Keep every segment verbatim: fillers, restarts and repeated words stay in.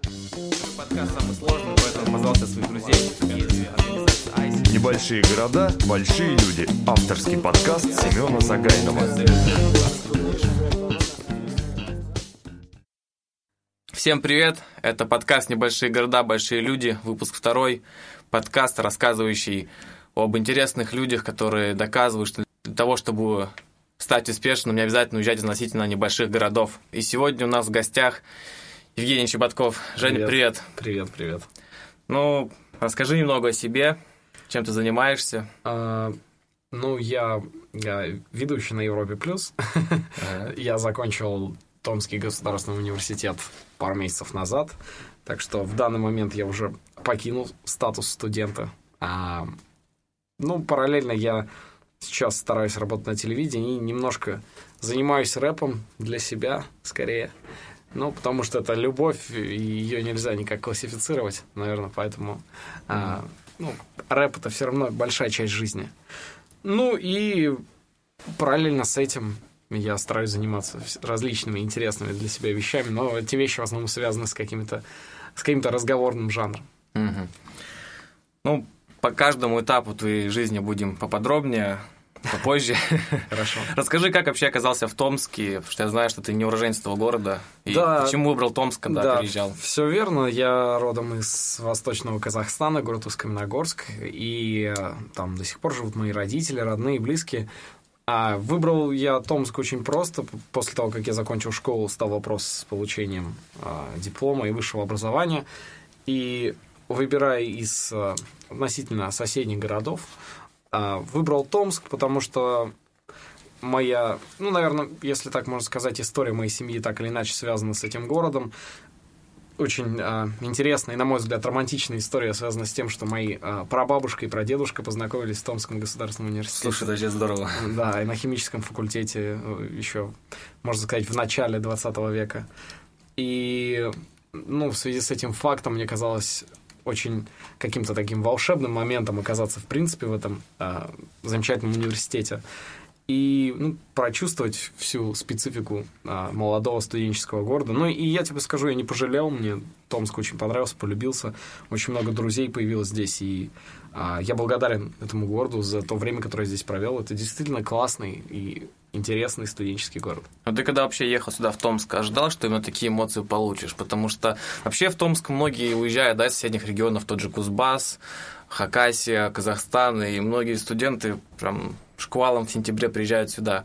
Подкаст самый сложный, поэтому позвался своих друзей из организации айси. Небольшие города, большие люди. Авторский подкаст Семена Загайнова. Всем привет! Это подкаст «Небольшие города, большие люди», выпуск второй. Подкаст, рассказывающий об интересных людях, которые доказывают, что для того, чтобы стать успешным, не обязательно уезжать относительно небольших городов. И сегодня у нас в гостях Евгений Чеботков. Женя, привет. Привет, привет. Ну, расскажи немного о себе, чем ты занимаешься. А, ну, я, я ведущий на Европе Плюс. Ага. Я закончил Томский государственный университет пару месяцев назад, так что в данный момент я уже покинул статус студента. А, ну, параллельно я сейчас стараюсь работать на телевидении и немножко занимаюсь рэпом для себя, скорее. Ну, потому что это любовь, и ее нельзя никак классифицировать, наверное, поэтому mm-hmm. а, ну, рэп — это все равно большая часть жизни. Ну, и параллельно с этим я стараюсь заниматься различными интересными для себя вещами, но эти вещи в основном связаны с каким-то, с каким-то разговорным жанром. Mm-hmm. Ну, по каждому этапу твоей жизни будем поподробнее, попозже. Хорошо. Расскажи, как вообще оказался в Томске, потому что я знаю, что ты не уроженец этого города. И да, почему выбрал Томск, когда да, переезжал? Все верно. Я родом из восточного Казахстана, город Усть-Каменогорск. И там до сих пор живут мои родители, родные, близкие. А выбрал я Томск очень просто. После того, как я закончил школу, стал вопрос с получением а, диплома и высшего образования. И выбирая из а, относительно соседних городов, выбрал Томск, потому что моя, ну, наверное, если так можно сказать, история моей семьи так или иначе связана с этим городом. Очень а, интересная и, на мой взгляд, романтичная история связана с тем, что мои а, прабабушка и прадедушка познакомились в Томском государственном университете. Слушай, это вообще здорово. Да, и на химическом факультете еще, можно сказать, в начале двадцатого века. И, ну, в связи с этим фактом мне казалось очень каким-то таким волшебным моментом оказаться, в принципе, в этом э, замечательном университете и ну, прочувствовать всю специфику э, молодого студенческого города. Ну, и я тебе скажу, я не пожалел, мне Томск очень понравился, полюбился, очень много друзей появилось здесь, и э, я благодарен этому городу за то время, которое я здесь провел. Это действительно классный и интересный студенческий город. А ты когда вообще ехал сюда, в Томск, ожидал, что именно такие эмоции получишь? Потому что вообще в Томск многие уезжают, да, из соседних регионов, тот же Кузбасс, Хакасия, Казахстан, и многие студенты прям шквалом в сентябре приезжают сюда.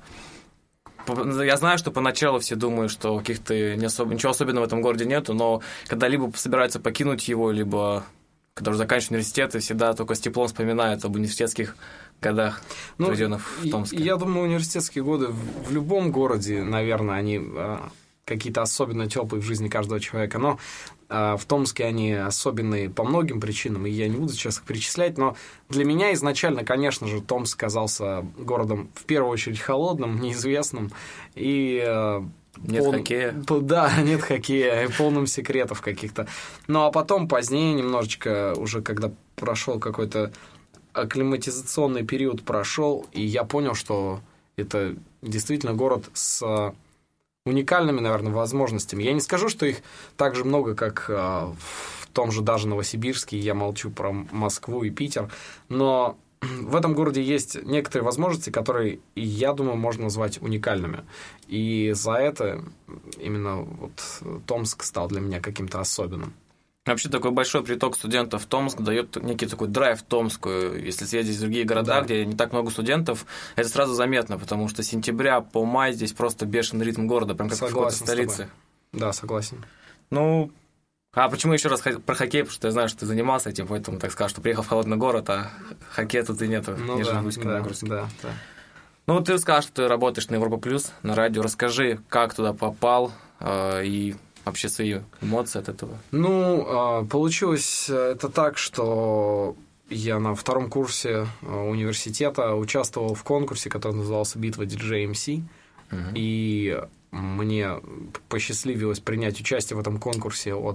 Я знаю, что поначалу все думают, что каких-то не особо, ничего особенного в этом городе нету, но когда либо собираются покинуть его, либо когда уже заканчивают университеты, всегда только с теплом вспоминают об университетских годах, ну, проведенных в Томске. Я думаю, университетские годы в, в любом городе, наверное, они э, какие-то особенно теплые в жизни каждого человека, но э, в Томске они особенные по многим причинам, и я не буду сейчас их перечислять, но для меня изначально, конечно же, Томск казался городом в первую очередь холодным, неизвестным и э, Нет пол... хоккея. Да, нет хоккея, полным секретов каких-то. Ну, а потом, позднее, немножечко, уже когда прошел какой-то акклиматизационный период прошел, и я понял, что это действительно город с уникальными, наверное, возможностями. Я не скажу, что их так же много, как в том же даже Новосибирске, я молчу про Москву и Питер, но в этом городе есть некоторые возможности, которые, я думаю, можно назвать уникальными. И за это именно вот Томск стал для меня каким-то особенным. Вообще такой большой приток студентов в Томск дает некий такой драйв Томску. Если съездить в другие города, да, где не так много студентов, это сразу заметно, потому что с сентября по май здесь просто бешеный ритм города, прям как в какой-то столице. Да, согласен. Ну, а почему еще раз про хоккей? Потому что я знаю, что ты занимался этим, поэтому так сказал, что приехал в холодный город, а хоккея тут и нету, ну, нежели да, в Усть-Каменогорске. Да, да, да. Ну, ты сказал, что ты работаешь на Европа Плюс, на радио. Расскажи, как туда попал э, и вообще свои эмоции от этого. Ну, получилось это так, что я на втором курсе университета участвовал в конкурсе, который назывался «Битва диджей эм си». Uh-huh. И мне посчастливилось принять участие в этом конкурсе, от,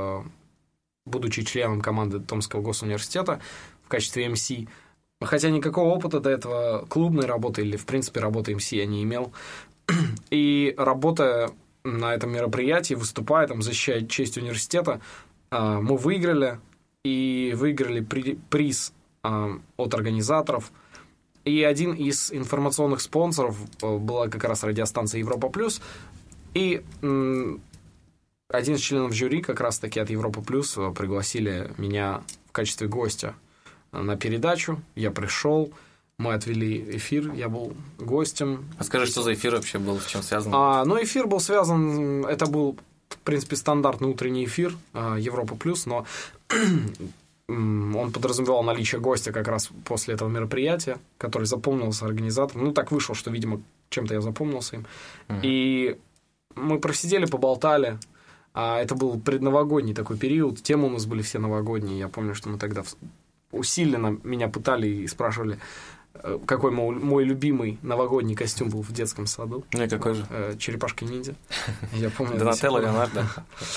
будучи членом команды Томского госуниверситета в качестве эм си. Хотя никакого опыта до этого клубной работы или, в принципе, работы эм си я не имел. И работая на этом мероприятии, выступая, там, защищая честь университета. Мы выиграли, и выиграли при, приз от организаторов. И один из информационных спонсоров была как раз радиостанция Европа Плюс. И один из членов жюри как раз-таки от Европа Плюс пригласили меня в качестве гостя на передачу. Я пришел, мы отвели эфир, я был гостем. А скажи, что за эфир вообще был, с чем связан? А, ну, эфир был связан, это был, в принципе, стандартный утренний эфир Европа Плюс, но он подразумевал наличие гостя как раз после этого мероприятия, который запомнился организатором. Ну, так вышло, что, видимо, чем-то я запомнился им. Uh-huh. И мы просидели, поболтали. А это был предновогодний такой период. Темы у нас были все новогодние. Я помню, что мы тогда усиленно меня пытали и спрашивали, какой мой, мой любимый новогодний костюм был в детском саду. Ну и какой же? Черепашка-ниндзя. Я помню. Донателло, Леонардо.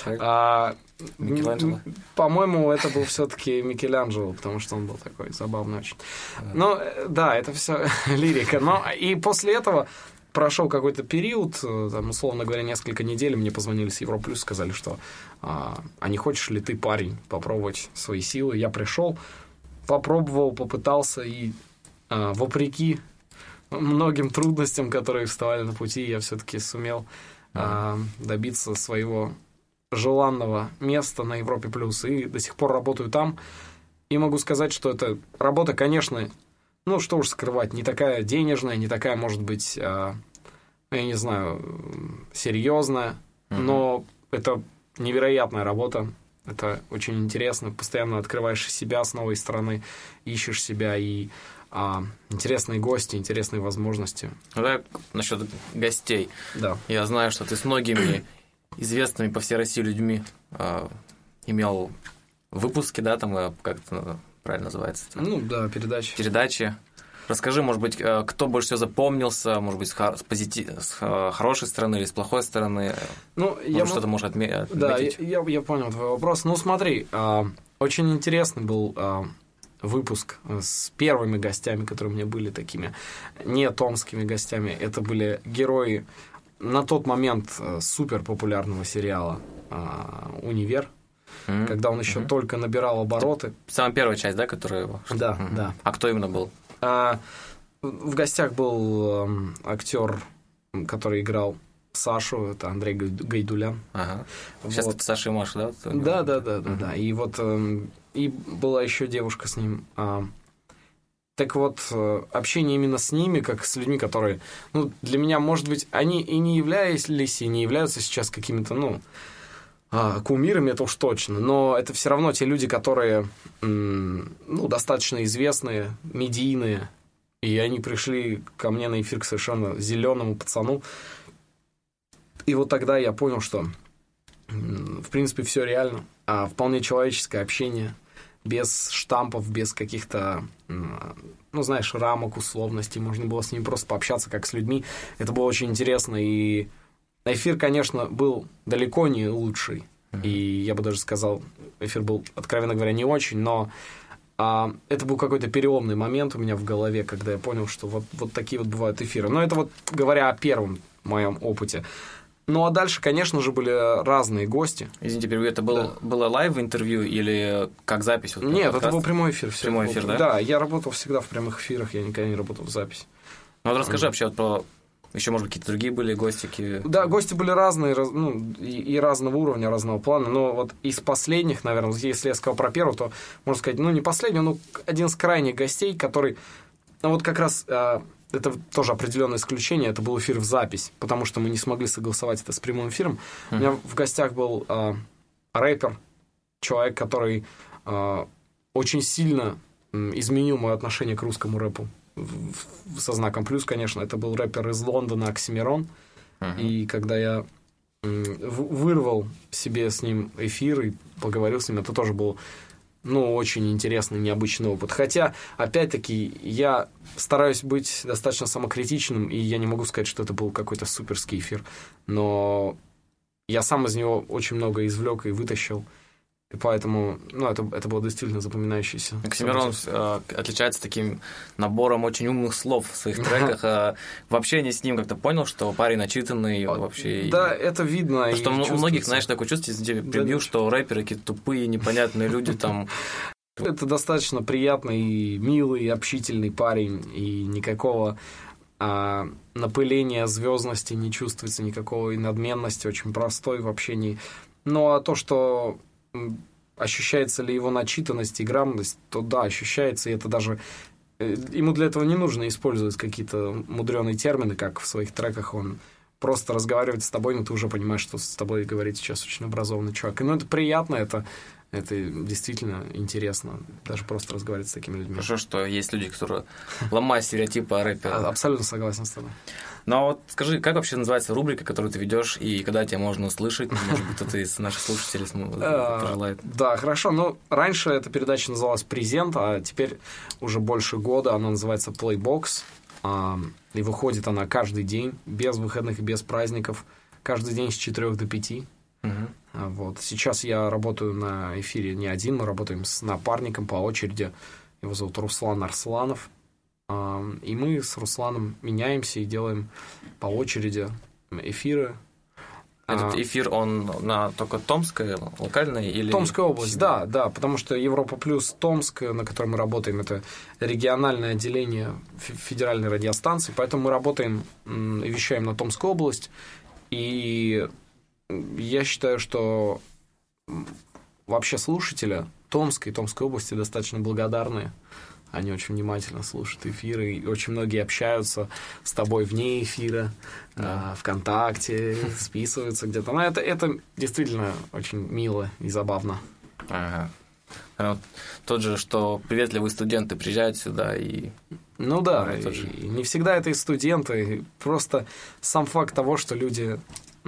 Микеланджело. По-моему, это был все-таки Микеланджело, потому что он был такой забавный очень. Ну, да, это все лирика. Но и после этого прошел какой-то период, там, условно говоря, несколько недель, мне позвонили с Европа Плюс, сказали, что а, а не хочешь ли ты, парень, попробовать свои силы? Я пришел, попробовал, попытался, и а, вопреки многим трудностям, которые вставали на пути, я все-таки сумел а, добиться своего желанного места на Европе Плюс, и до сих пор работаю там. И могу сказать, что эта работа, конечно, ну, что уж скрывать, не такая денежная, не такая, может быть, а, я не знаю, серьезная, mm-hmm. но это невероятная работа, это очень интересно, постоянно открываешь себя с новой стороны, ищешь себя, и а, интересные гости, интересные возможности. Давай насчет гостей. Да. Я знаю, что ты с многими известными по всей России людьми а, имел выпуски, да, там, как это правильно называется? Ну, да, передачи. Передачи. Расскажи, может быть, кто больше всего запомнился, может быть, с, хор- с, позитив... с хорошей стороны или с плохой стороны? Ну, может, я что-то м... можешь отме- отметить? Да, я, я понял твой вопрос. Ну, смотри, а, очень интересный был а, выпуск с первыми гостями, которые у меня были такими не томскими гостями. Это были герои на тот момент супер популярного сериала а, «Универ». Mm-hmm. Когда он еще mm-hmm. только набирал обороты. Самая первая часть, да, которая его? Да, mm-hmm. да. А кто именно был? А, в гостях был э, актер, который играл Сашу, это Андрей Гайдулян. Ага. Сейчас вот. Это Саша и Маша, да? Да, да, да, да, mm-hmm. да. И вот э, и была еще девушка с ним. А, так вот, общение именно с ними, как с людьми, которые, ну, для меня, может быть, они и не являлись, и не являются сейчас какими-то, ну, кумирами, это уж точно, но это все равно те люди, которые, ну, достаточно известные, медийные, и они пришли ко мне на эфир к совершенно зеленому пацану, и вот тогда я понял, что, в принципе, все реально, а вполне человеческое общение, без штампов, без каких-то, ну, знаешь, рамок, условностей, можно было с ними просто пообщаться, как с людьми, это было очень интересно, и эфир, конечно, был далеко не лучший, mm-hmm. и я бы даже сказал, эфир был, откровенно говоря, не очень, но а, это был какой-то переломный момент у меня в голове, когда я понял, что вот, вот такие вот бывают эфиры. Но это вот говоря о первом моем опыте. Ну, а дальше, конечно же, были разные гости. Извините, это было, да. было лайв-интервью или как запись? Вот, Нет, подкаст? Это был прямой эфир. Прямой эфир, да? Да, я работал всегда в прямых эфирах, я никогда не работал в записи. Ну, вот расскажи mm-hmm. вообще вот про... Еще, может, какие-то другие были гостики? Да, гости были разные, ну, и, и разного уровня, разного плана. Но вот из последних, наверное, если я сказал про первого, то можно сказать, ну, не последний, но один из крайних гостей, который... Ну, вот как раз... Э, это тоже определенное исключение, это был эфир в запись, потому что мы не смогли согласовать это с прямым эфиром. Mm-hmm. У меня в гостях был э, рэпер, человек, который э, очень сильно э, изменил мое отношение к русскому рэпу. Со знаком плюс, конечно, это был рэпер из Лондона Оксимирон. Uh-huh. И когда я вырвал себе с ним эфир и поговорил с ним, это тоже был, ну, очень интересный, необычный опыт. Хотя, опять-таки, я стараюсь быть достаточно самокритичным, и я не могу сказать, что это был какой-то суперский эфир. Но я сам из него очень много извлек и вытащил. И поэтому, ну, это, это было действительно запоминающееся. Оксимирон э, отличается таким набором очень умных слов в своих треках. А в общении с ним как-то понял, что парень начитанный вообще. Да, и... это видно. Потому что у многих, знаешь, такое чувство, где прибью, да, что рэперы какие-то тупые, непонятные люди там. Это достаточно приятный, милый, общительный парень, и никакого а, напыления, звездности не чувствуется, никакого и надменности, очень простой в общении. Ну, а то, что ощущается ли его начитанность и грамотность, то да, ощущается, и это даже... Ему для этого не нужно использовать какие-то мудреные термины, как в своих треках он просто разговаривает с тобой, но ты уже понимаешь, что с тобой говорит сейчас очень образованный чувак. И, ну, это приятно, это, это действительно интересно, даже просто разговаривать с такими людьми. Хорошо, что есть люди, которые ломают стереотипы о рэпе. Абсолютно согласен с тобой. Ну, а вот скажи, как вообще называется рубрика, которую ты ведешь, и когда тебя можно услышать? Может быть, кто-то из наших слушателей пожелает. Да, хорошо. Ну, раньше эта передача называлась «Презент», а теперь уже больше года она называется «Playbox». И выходит она каждый день, без выходных и без праздников, каждый день с четырёх до пяти. Угу. Вот. Сейчас я работаю на эфире не один, мы работаем с напарником по очереди. Его зовут Руслан Арсланов. И мы с Русланом меняемся и делаем по очереди эфиры. Этот эфир, он на только Томской, локальной или... Томская область, да, да, потому что Европа Плюс Томск, на котором мы работаем, это региональное отделение федеральной радиостанции, поэтому мы работаем и вещаем на Томскую область, и я считаю, что вообще слушатели Томской и Томской области достаточно благодарны. Они очень внимательно слушают эфиры, и очень многие общаются с тобой вне эфира, да. ВКонтакте, списываются где-то. Но это, это действительно очень мило и забавно. Ага. Вот тот же, что приветливые студенты приезжают сюда и... Ну да, и, и не всегда это и студенты, просто сам факт того, что люди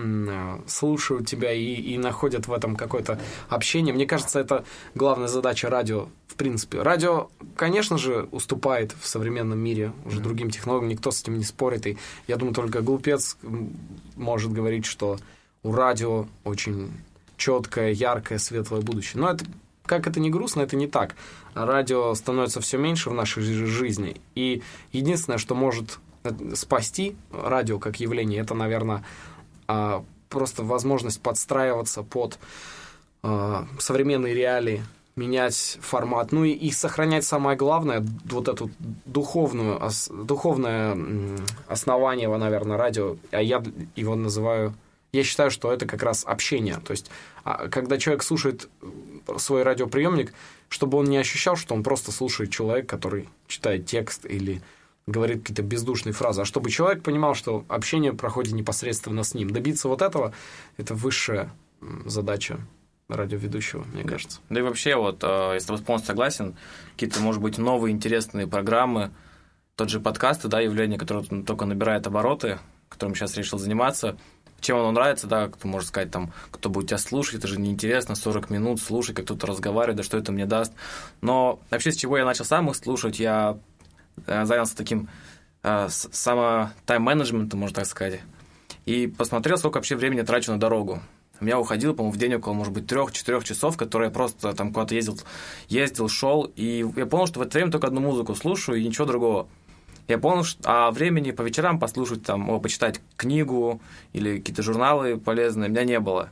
слушают тебя и, и находят в этом какое-то общение. Мне кажется, это главная задача радио в принципе. Радио, конечно же, уступает в современном мире уже mm-hmm. другим технологиям, никто с этим не спорит. И я думаю, только глупец может говорить, что у радио очень четкое, яркое, светлое будущее. Но это, как это ни грустно, это не так. Радио становится все меньше в нашей жизни. И единственное, что может спасти радио как явление, это, наверное, просто возможность подстраиваться под э, современные реалии, менять формат, ну и, и сохранять самое главное, вот эту духовную, ос, духовное основание, наверное, радио, а я его называю, я считаю, что это как раз общение, то есть когда человек слушает свой радиоприемник, чтобы он не ощущал, что он просто слушает человека, который читает текст или говорит какие-то бездушные фразы, а чтобы человек понимал, что общение проходит непосредственно с ним. Добиться вот этого – это высшая задача радиоведущего, мне кажется. Да и вообще, вот, я с тобой полностью согласен, какие-то, может быть, новые интересные программы, тот же подкаст, да, явление, которое только набирает обороты, которым сейчас решил заниматься. Чем оно нравится, да, кто может сказать, там, кто будет тебя слушать, это же неинтересно, сорок минут слушать, как кто-то разговаривает, да что это мне даст. Но вообще, с чего я начал сам их слушать, я занялся таким э, само тайм-менеджментом, можно так сказать, и посмотрел, сколько вообще времени трачу на дорогу. У меня уходило, по-моему, в день около, может быть, трех-четырех часов, которые я просто там куда-то ездил, ездил, шел, и я понял, что в это время только одну музыку слушаю и ничего другого. Я понял, что а времени по вечерам послушать, там, о, почитать книгу или какие-то журналы полезные у меня не было.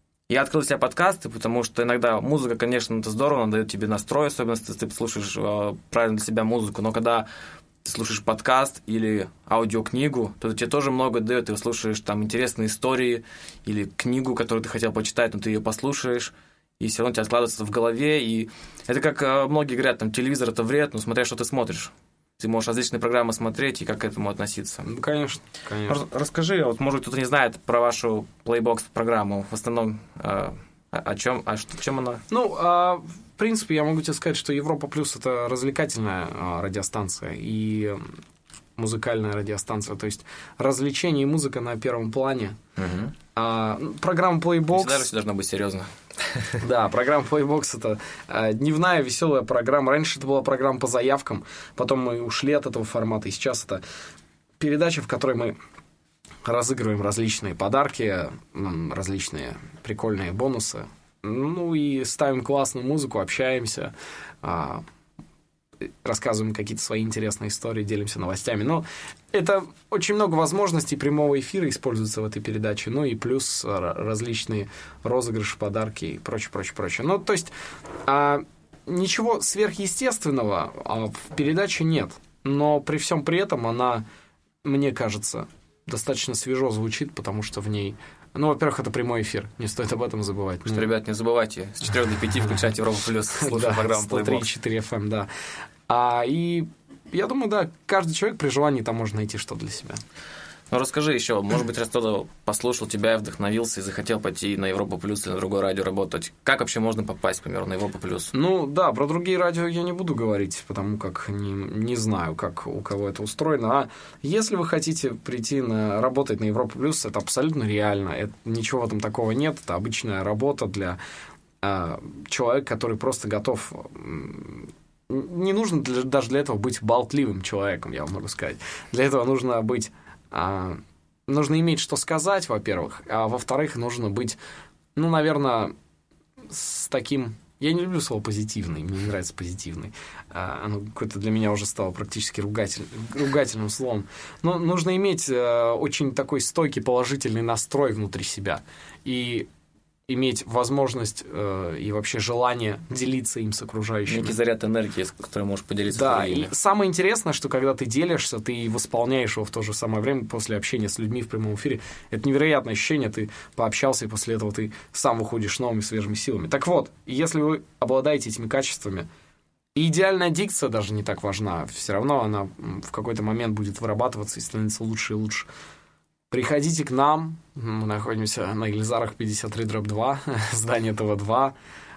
Я открыл для себя подкасты, потому что иногда музыка, конечно, это здорово, она дает тебе настрой, особенно если ты слушаешь э, правильно для себя музыку, но когда ты слушаешь подкаст или аудиокнигу, то это тебе тоже много дает, ты слушаешь там интересные истории или книгу, которую ты хотел почитать, но ты ее послушаешь, и все равно у тебя откладывается в голове, и это как э, многие говорят, там, телевизор это вред, но смотря, что ты смотришь. Ты можешь различные программы смотреть и как к этому относиться. Ну, конечно, конечно. Расскажи, вот, может, кто-то не знает про вашу Playbox программу. В основном, э, о чем, о что, чем она? Ну, э, в принципе, я могу тебе сказать, что Европа Плюс это развлекательная э, радиостанция и музыкальная радиостанция. То есть развлечение и музыка на первом плане. Угу. А, программа Playbox... Всегда все должно быть серьезно. Да, программа Playbox это э, дневная веселая программа. Раньше это была программа по заявкам, потом мы ушли от этого формата, и сейчас это передача, в которой мы разыгрываем различные подарки, различные прикольные бонусы Ну и ставим классную музыку, общаемся, рассказываем какие-то свои интересные истории, делимся новостями. Но это очень много возможностей прямого эфира используется в этой передаче. Ну и плюс различные розыгрыши, подарки и прочее, прочее, прочее. Ну, то есть ничего сверхъестественного в передаче нет. Но при всем при этом она, мне кажется, достаточно свежо звучит, потому что в ней... Ну, во-первых, это прямой эфир, не стоит об этом забывать. Потому что, ребят, не забывайте, с четырёх до пяти включайте Европу Плюс, слушайте программу сто три и четыре эф эм, да. А, и я думаю, да, каждый человек при желании там может найти что-то для себя. Ну, расскажи еще, может быть, раз кто-то послушал тебя и вдохновился и захотел пойти на Европу Плюс или на другое радио работать, как вообще можно попасть, к примеру, на Европу Плюс? Ну, да, про другие радио я не буду говорить, потому как не, не знаю, как у кого это устроено. А если вы хотите прийти на, работать на Европу Плюс, это абсолютно реально. Это, ничего в этом такого нет. Это обычная работа для э, человека, который просто готов... Не нужно для, даже для этого быть болтливым человеком, я вам могу сказать. Для этого нужно быть... А, нужно иметь что сказать, во-первых, а во-вторых, нужно быть, ну, наверное, с таким... Я не люблю слово «позитивный», мне не нравится «позитивный». А, оно какое-то для меня уже стало практически ругатель, ругательным словом. Но нужно иметь а, очень такой стойкий положительный настрой внутри себя и иметь возможность э, и вообще желание делиться им с окружающими. Некий заряд энергии, с которым можешь поделиться. Да, и самое интересное, что когда ты делишься, ты восполняешь его в то же самое время после общения с людьми в прямом эфире. Это невероятное ощущение, ты пообщался, и после этого ты сам выходишь новыми свежими силами. Так вот, если вы обладаете этими качествами, и идеальная дикция даже не так важна, все равно она в какой-то момент будет вырабатываться и становиться лучше и лучше. Приходите к нам, мы находимся на Елизарах пятьдесят три дробь два, здание тэ вэ два,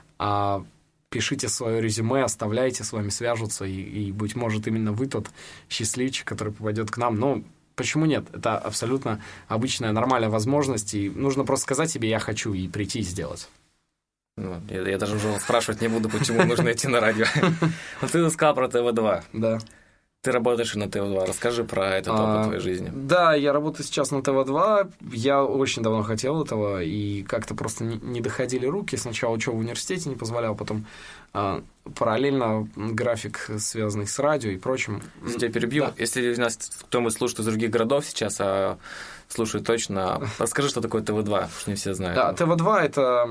пишите свое резюме, оставляйте, с вами свяжутся, и, и, быть может, именно вы тот счастливчик, который попадет к нам. Ну, почему нет? Это абсолютно обычная, нормальная возможность, и нужно просто сказать себе «я хочу» и прийти и сделать. Ну, я, я даже уже спрашивать не буду, почему нужно идти на радио. Вот ты сказал про тэ вэ два. Да. Ты работаешь на тэ вэ два. Расскажи про этот опыт а, твоей жизни. Да, я работаю сейчас на тэ вэ два. Я очень давно хотел этого, и как-то просто не, не доходили руки. Сначала учеба в университете не позволял, потом а, параллельно график, связанный с радио и прочим. Я тебя перебью. Да. Если нас кто-нибудь слушает из других городов сейчас, а слушает точно, расскажи, что такое тэ вэ два, потому что не все знают. Да, тэ вэ два – это,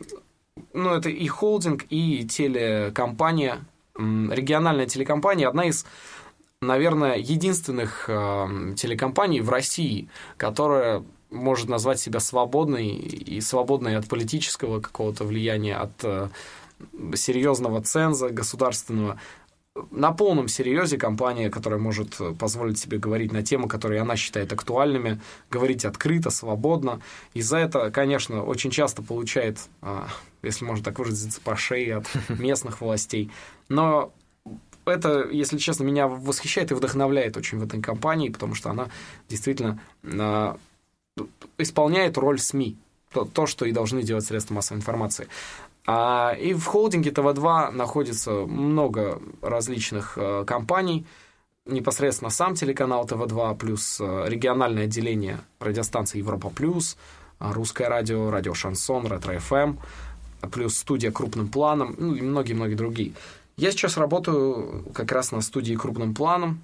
ну, это и холдинг, и телекомпания, региональная телекомпания, одна из... наверное, единственных э, телекомпаний в России, которая может назвать себя свободной и свободной от политического какого-то влияния, от э, серьезного ценза государственного. На полном серьезе компания, которая может позволить себе говорить на темы, которые она считает актуальными, говорить открыто, свободно. И за это, конечно, очень часто получает, э, если можно так выразиться, по шее от местных властей. Но это, если честно, меня восхищает и вдохновляет очень в этой компании, потому что она действительно э, исполняет роль СМИ, то, то, что и должны делать средства массовой информации. А, и в холдинге тэ вэ два находится много различных э, компаний, непосредственно сам телеканал тэ вэ два, плюс э, региональное отделение радиостанции Европа Плюс, Русское радио, радио Шансон, Ретро эф эм, плюс студия крупным планом, ну и многие-многие другие. Я сейчас работаю как раз на студии крупным планом,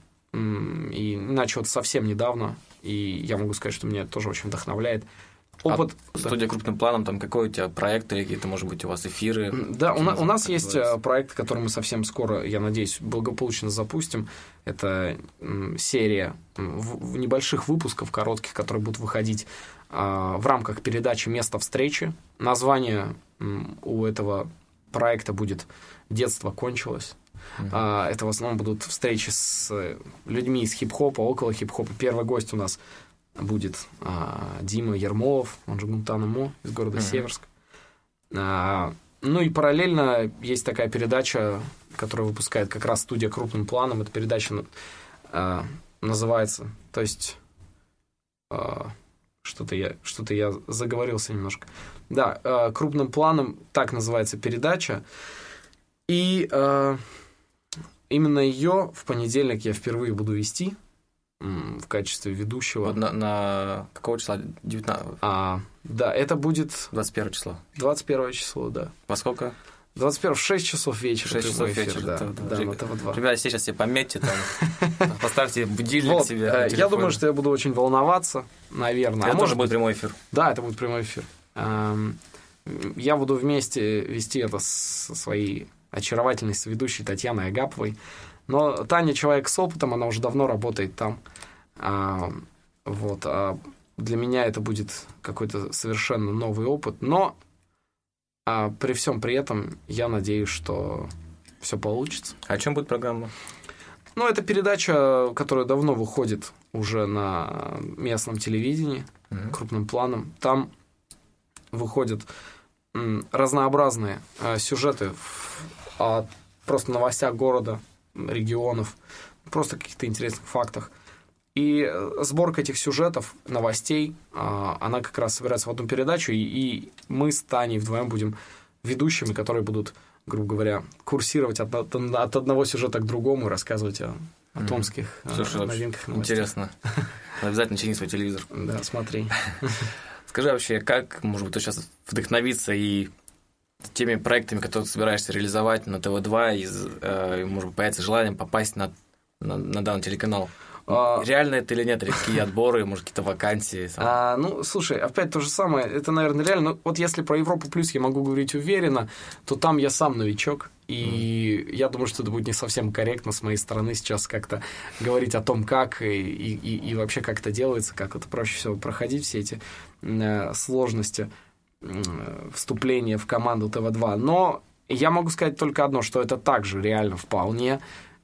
и начал это совсем недавно, и я могу сказать, что меня это тоже очень вдохновляет. Опыт... А студия крупным планом, там какой у тебя проект или какие-то, может быть, у вас эфиры? Да, у, на, у нас есть называется? проект, который мы совсем скоро, я надеюсь, благополучно запустим. Это серия в, в небольших выпусков, коротких, которые будут выходить а, в рамках передачи «Место встречи». Название у этого проекта будет «Детство кончилось». Uh-huh. А, это в основном будут встречи с людьми из хип-хопа, около хип-хопа. Первый гость у нас будет а, Дима Ермолов, он же Гунтана Мо из города uh-huh. Северск. А, ну и параллельно есть такая передача, которую выпускает как раз студия крупным планом. Эта передача а, называется, то есть а, что-то я, что-то я заговорился немножко. Да, а, крупным планом так называется передача. И э, именно ее в понедельник я впервые буду вести. м, в качестве ведущего. Вот на, на какого числа? девятнадцатого? А, да, это будет... двадцать первого числа. двадцать первое число, да. Во сколько? двадцать первого в шесть часов вечера. шесть часов эфир, вечера, да, да, да, да. на тэ вэ два. Ребята, сейчас себе пометьте там, поставьте будильник Вот, себе. э, я думаю, что я буду очень волноваться, наверное. Это а тоже может будет прямой эфир. Да, это будет прямой эфир. Эм, Я буду вместе вести это со своей очаровательной соведущей Татьяной Агаповой. Но Таня человек с опытом, она уже давно работает там. А, вот, а для меня это будет какой-то совершенно новый опыт. Но а при всем при этом я надеюсь, что все получится. А о чем будет программа? Ну, это передача, которая давно выходит уже на местном телевидении, Мгм. крупным планом. Там выходят м, разнообразные э, сюжеты в- о просто новостях города, регионов, просто каких-то интересных фактах. И э, сборка этих сюжетов, новостей, э, она как раз собирается в одну передачу, и, и мы с Таней вдвоем будем ведущими, которые будут, грубо говоря, курсировать от, от, от одного сюжета к другому, рассказывать о, о Мгм. томских э, Слушай, вообще новинках, новостях. интересно. Обязательно чини свой телевизор. Да, смотри. Скажи вообще, как, может быть, ты сейчас вдохновиться и теми проектами, которые ты собираешься реализовать на тэ вэ два, и, э, может быть, появится желание попасть на, на, на данный телеканал? А, Реально это или нет? Или какие отборы, может, какие-то вакансии? Там? А, ну, слушай, опять то же самое. Это, наверное, реально. Ну, вот если про Европу плюс я могу говорить уверенно, то там я сам новичок. И mm. я думаю, что это будет не совсем корректно с моей стороны сейчас как-то говорить о том, как и, и, и вообще как это делается, как это проще всего проходить, все эти э, сложности э, вступления в команду тэ вэ два. Но я могу сказать только одно, что это также реально вполне.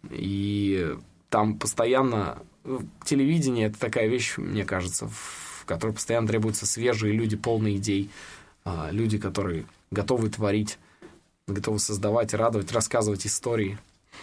И там постоянно... Телевидение — это такая вещь, мне кажется, в которой постоянно требуются свежие люди, полные идей, люди, которые готовы творить, готовы создавать, радовать, рассказывать истории.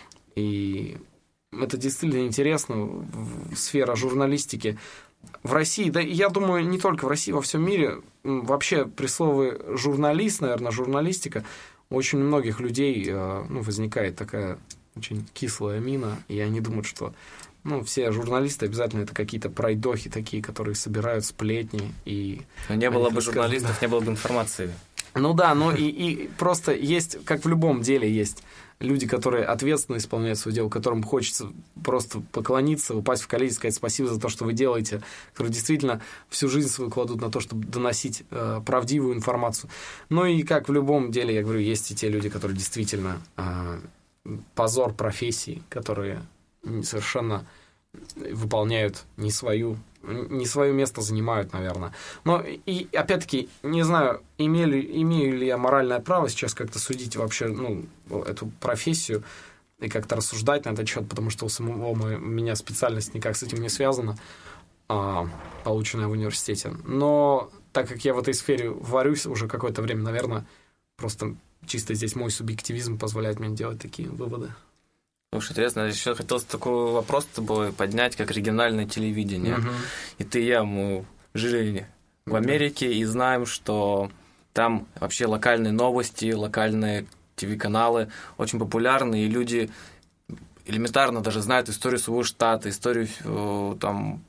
И это действительно интересно. Сфера журналистики в России, да, я думаю, не только в России, во всем мире, вообще при слове журналист, наверное, журналистика, у очень многих людей ну, возникает такая очень кислая мина, и они думают, что ну, все журналисты обязательно это какие-то пройдохи такие, которые собирают сплетни. И Но не было бы расскажут, журналистов, да. не было бы информации. Ну да, ну и, и просто есть, как в любом деле, есть люди, которые ответственно исполняют свое дело, которым хочется просто поклониться, упасть в колени и сказать спасибо за то, что вы делаете, которые действительно всю жизнь свою кладут на то, чтобы доносить э, правдивую информацию. Ну и как в любом деле, я говорю, есть и те люди, которые действительно э, позор профессии, которые совершенно выполняют не свою, не свое место занимают, наверное. Но и опять-таки, не знаю, имею ли, имею ли я моральное право сейчас как-то судить вообще ну, эту профессию и как-то рассуждать на этот счет, потому что у самого у меня специальность никак с этим не связана, а, полученная в университете. Но так как я в этой сфере варюсь уже какое-то время, наверное, просто чисто здесь мой субъективизм позволяет мне делать такие выводы. Слушай, интересно, еще хотелось такой вопрос с тобой поднять, как региональное телевидение. Угу. И ты и я, мы жили в Америке и знаем, что там вообще локальные новости, локальные ТВ-каналы очень популярны, и люди элементарно даже знают историю своего штата, историю там,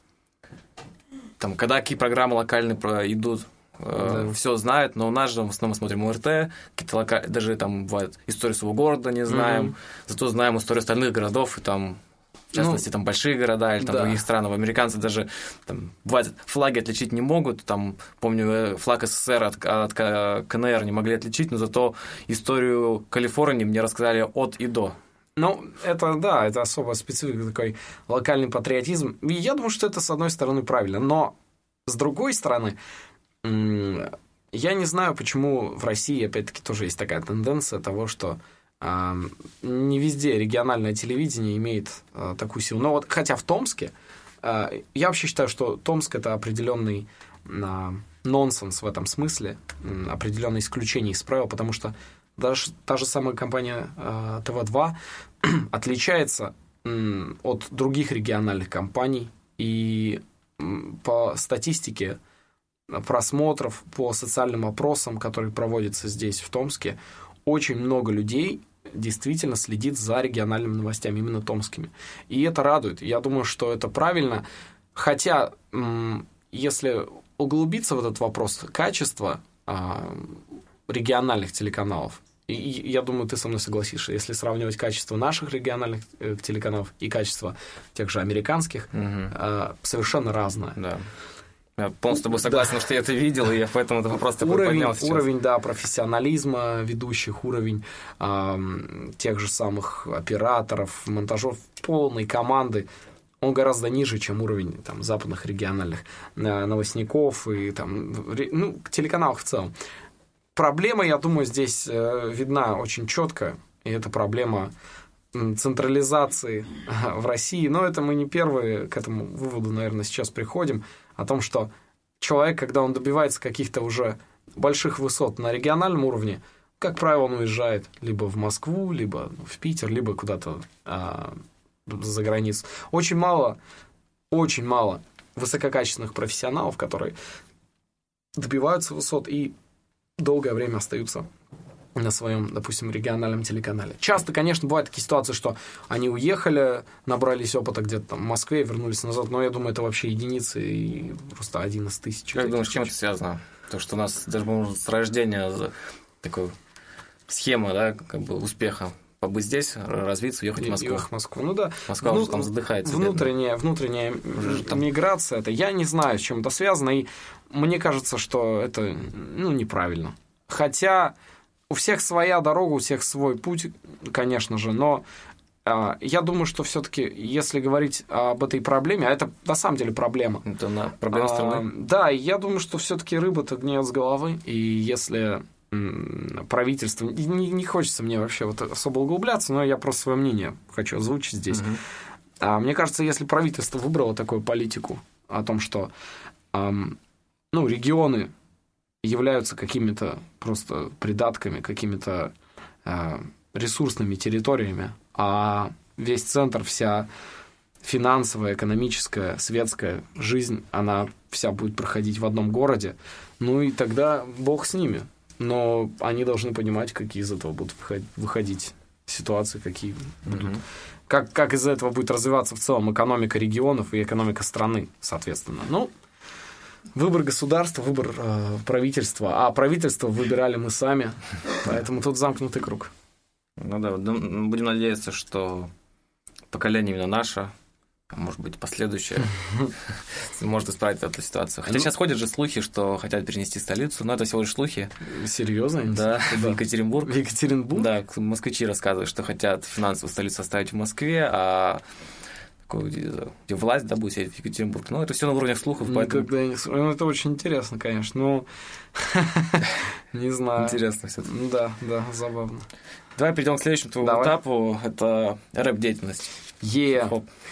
там когда какие программы локальные идут. Да. Все знают, но у нас же в основном смотрим ОРТ, какие-то лока... даже там бывает историю своего города не знаем, mm-hmm. зато знаем историю остальных городов, и там, в частности, ну, там большие города или там да. других стран. Американцы даже там, бывает, флаги отличить не могут. Там, помню, флаг СССР от, от КНР не могли отличить, но зато историю Калифорнии мне рассказали от и до. Ну, это, да, это особо специфика, такой локальный патриотизм. И я думаю, что это, с одной стороны, правильно, но с другой стороны, я не знаю, почему в России, опять-таки, тоже есть такая тенденция того, что э, не везде региональное телевидение имеет э, такую силу. Но вот, хотя в Томске, э, я вообще считаю, что Томск – это определенный э, нонсенс в этом смысле, э, определенное исключение из правил, потому что даже та же самая компания э, тэ вэ два отличается э, от других региональных компаний, и э, по статистике просмотров, по социальным опросам, которые проводятся здесь, в Томске, очень много людей действительно следит за региональными новостями, именно томскими. И это радует. Я думаю, что это правильно. Хотя, если углубиться в этот вопрос качества региональных телеканалов, и я думаю, ты со мной согласишься, если сравнивать качество наших региональных телеканалов и качество тех же американских, угу. совершенно разное. Да. Я полностью с тобой согласен, да. что я это видел, и я поэтому это просто поднял сейчас. Уровень, да, профессионализма ведущих, уровень э, тех же самых операторов, монтажеров, полной команды, он гораздо ниже, чем уровень там, западных региональных э, новостников и там, ре, ну, телеканалов в целом. Проблема, я думаю, здесь э, видна очень четко, и это проблема централизации в России. Но это мы не первые к этому выводу, наверное, сейчас приходим, о том, что человек, когда он добивается каких-то уже больших высот на региональном уровне, как правило, он уезжает либо в Москву, либо в Питер, либо куда-то а, за границу. Очень мало, очень мало высококачественных профессионалов, которые добиваются высот и долгое время остаются на своем, допустим, региональном телеканале. Часто, конечно, бывают такие ситуации, что они уехали, набрались опыта где-то там в Москве, вернулись назад, но я думаю, это вообще единицы и просто один из тысяч. Как думаешь, с чем это связано? То, что у нас даже, может, с рождения такой схема, да, как бы успеха. Побыть здесь, развиться, уехать в Москву. Уехать в Москву, ну да. Москва ну, уже там задыхается. Внутренняя, внутренняя там... миграция, это я не знаю, с чем это связано, и мне кажется, что это, ну, неправильно. Хотя у всех своя дорога, у всех свой путь, конечно же, но э, я думаю, что все-таки, если говорить об этой проблеме, а это на самом деле проблема. Это на проблема страны. Э, да, я думаю, что все-таки рыба-то гниет с головы, и если м, правительство... Не, не хочется мне вообще вот особо углубляться, но я просто свое мнение хочу озвучить здесь. Угу. А, мне кажется, если правительство выбрало такую политику о том, что э, ну, регионы являются какими-то просто придатками, какими-то э, ресурсными территориями, а весь центр, вся финансовая, экономическая, светская жизнь, она вся будет проходить в одном городе, ну и тогда бог с ними. Но они должны понимать, какие из этого будут выходить ситуации, какие будут... Mm-hmm. Как, как из этого будет развиваться в целом экономика регионов и экономика страны, соответственно. Ну, выбор государства, выбор э, правительства. А правительство выбирали мы сами, поэтому тут замкнутый круг. Ну да, будем надеяться, что поколение именно наше, а может быть, последующее, может исправить эту ситуацию. Хотя сейчас ходят же слухи, что хотят перенести столицу, но это всего лишь слухи. Серьезно? Да, в Екатеринбург. В Екатеринбург? Да, москвичи рассказывают, что хотят финансовую столицу оставить в Москве, а где власть, да, будет сидеть в Екатеринбург. Ну, это все на уровнях слухов. Никогда поэтому... не... Ну, это очень интересно, конечно, но... Не знаю. Интересно все. Да, да, забавно. Давай перейдем к следующему твоему этапу. Это рэп-деятельность. Е.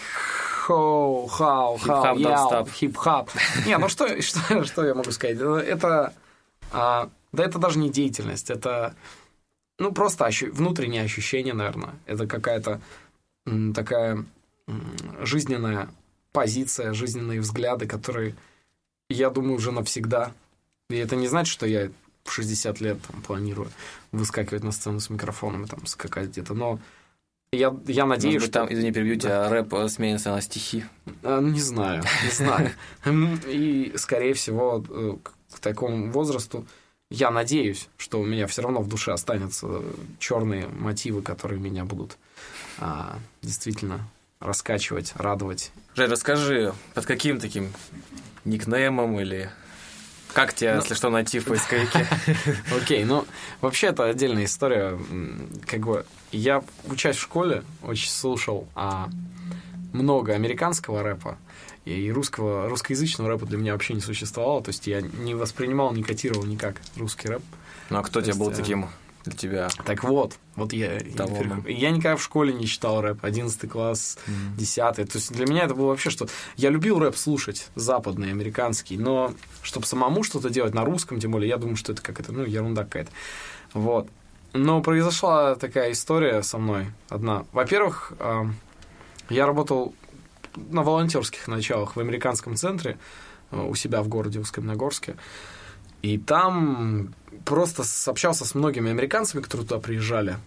Хоу, хау, хау, яу, хип-хап. Не, ну что, что, что я могу сказать? Это... А, да это даже не деятельность, это... Ну, просто ощу... внутреннее ощущение, наверное. Это какая-то м, такая... жизненная позиция, жизненные взгляды, которые, я думаю, уже навсегда. И это не значит, что я в шестьдесят лет там, планирую выскакивать на сцену с микрофоном и там скакать где-то, но я, я надеюсь, Может быть, что... там, извини, перебью тебя, да. рэп сменится на стихи? А, не знаю, не знаю. И, скорее всего, к такому возрасту я надеюсь, что у меня все равно в душе останутся черные мотивы, которые меня будут а, действительно... раскачивать, радовать. Жень, расскажи, под каким таким никнеймом или как тебя, ну, если что, найти в поисковике? Окей, ну, вообще это отдельная история. Как бы я, учась в школе, очень слушал а, много американского рэпа, и русского, русскоязычного рэпа для меня вообще не существовало, то есть я не воспринимал, не котировал никак русский рэп. Ну, а кто тебе был таким... для тебя. Так вот, вот я, я, я никогда в школе не читал рэп, одиннадцатый класс, mm. десятый. То есть для меня это было вообще что... Я любил рэп слушать, западный, американский, но чтобы самому что-то делать на русском, тем более, я думаю, что это какая-то, ну, ерунда какая-то. Вот. Но произошла такая история со мной одна. Во-первых, я работал на волонтерских началах в американском центре у себя в городе Усть-Каменогорске. И там просто общался с многими американцами, которые туда приезжали.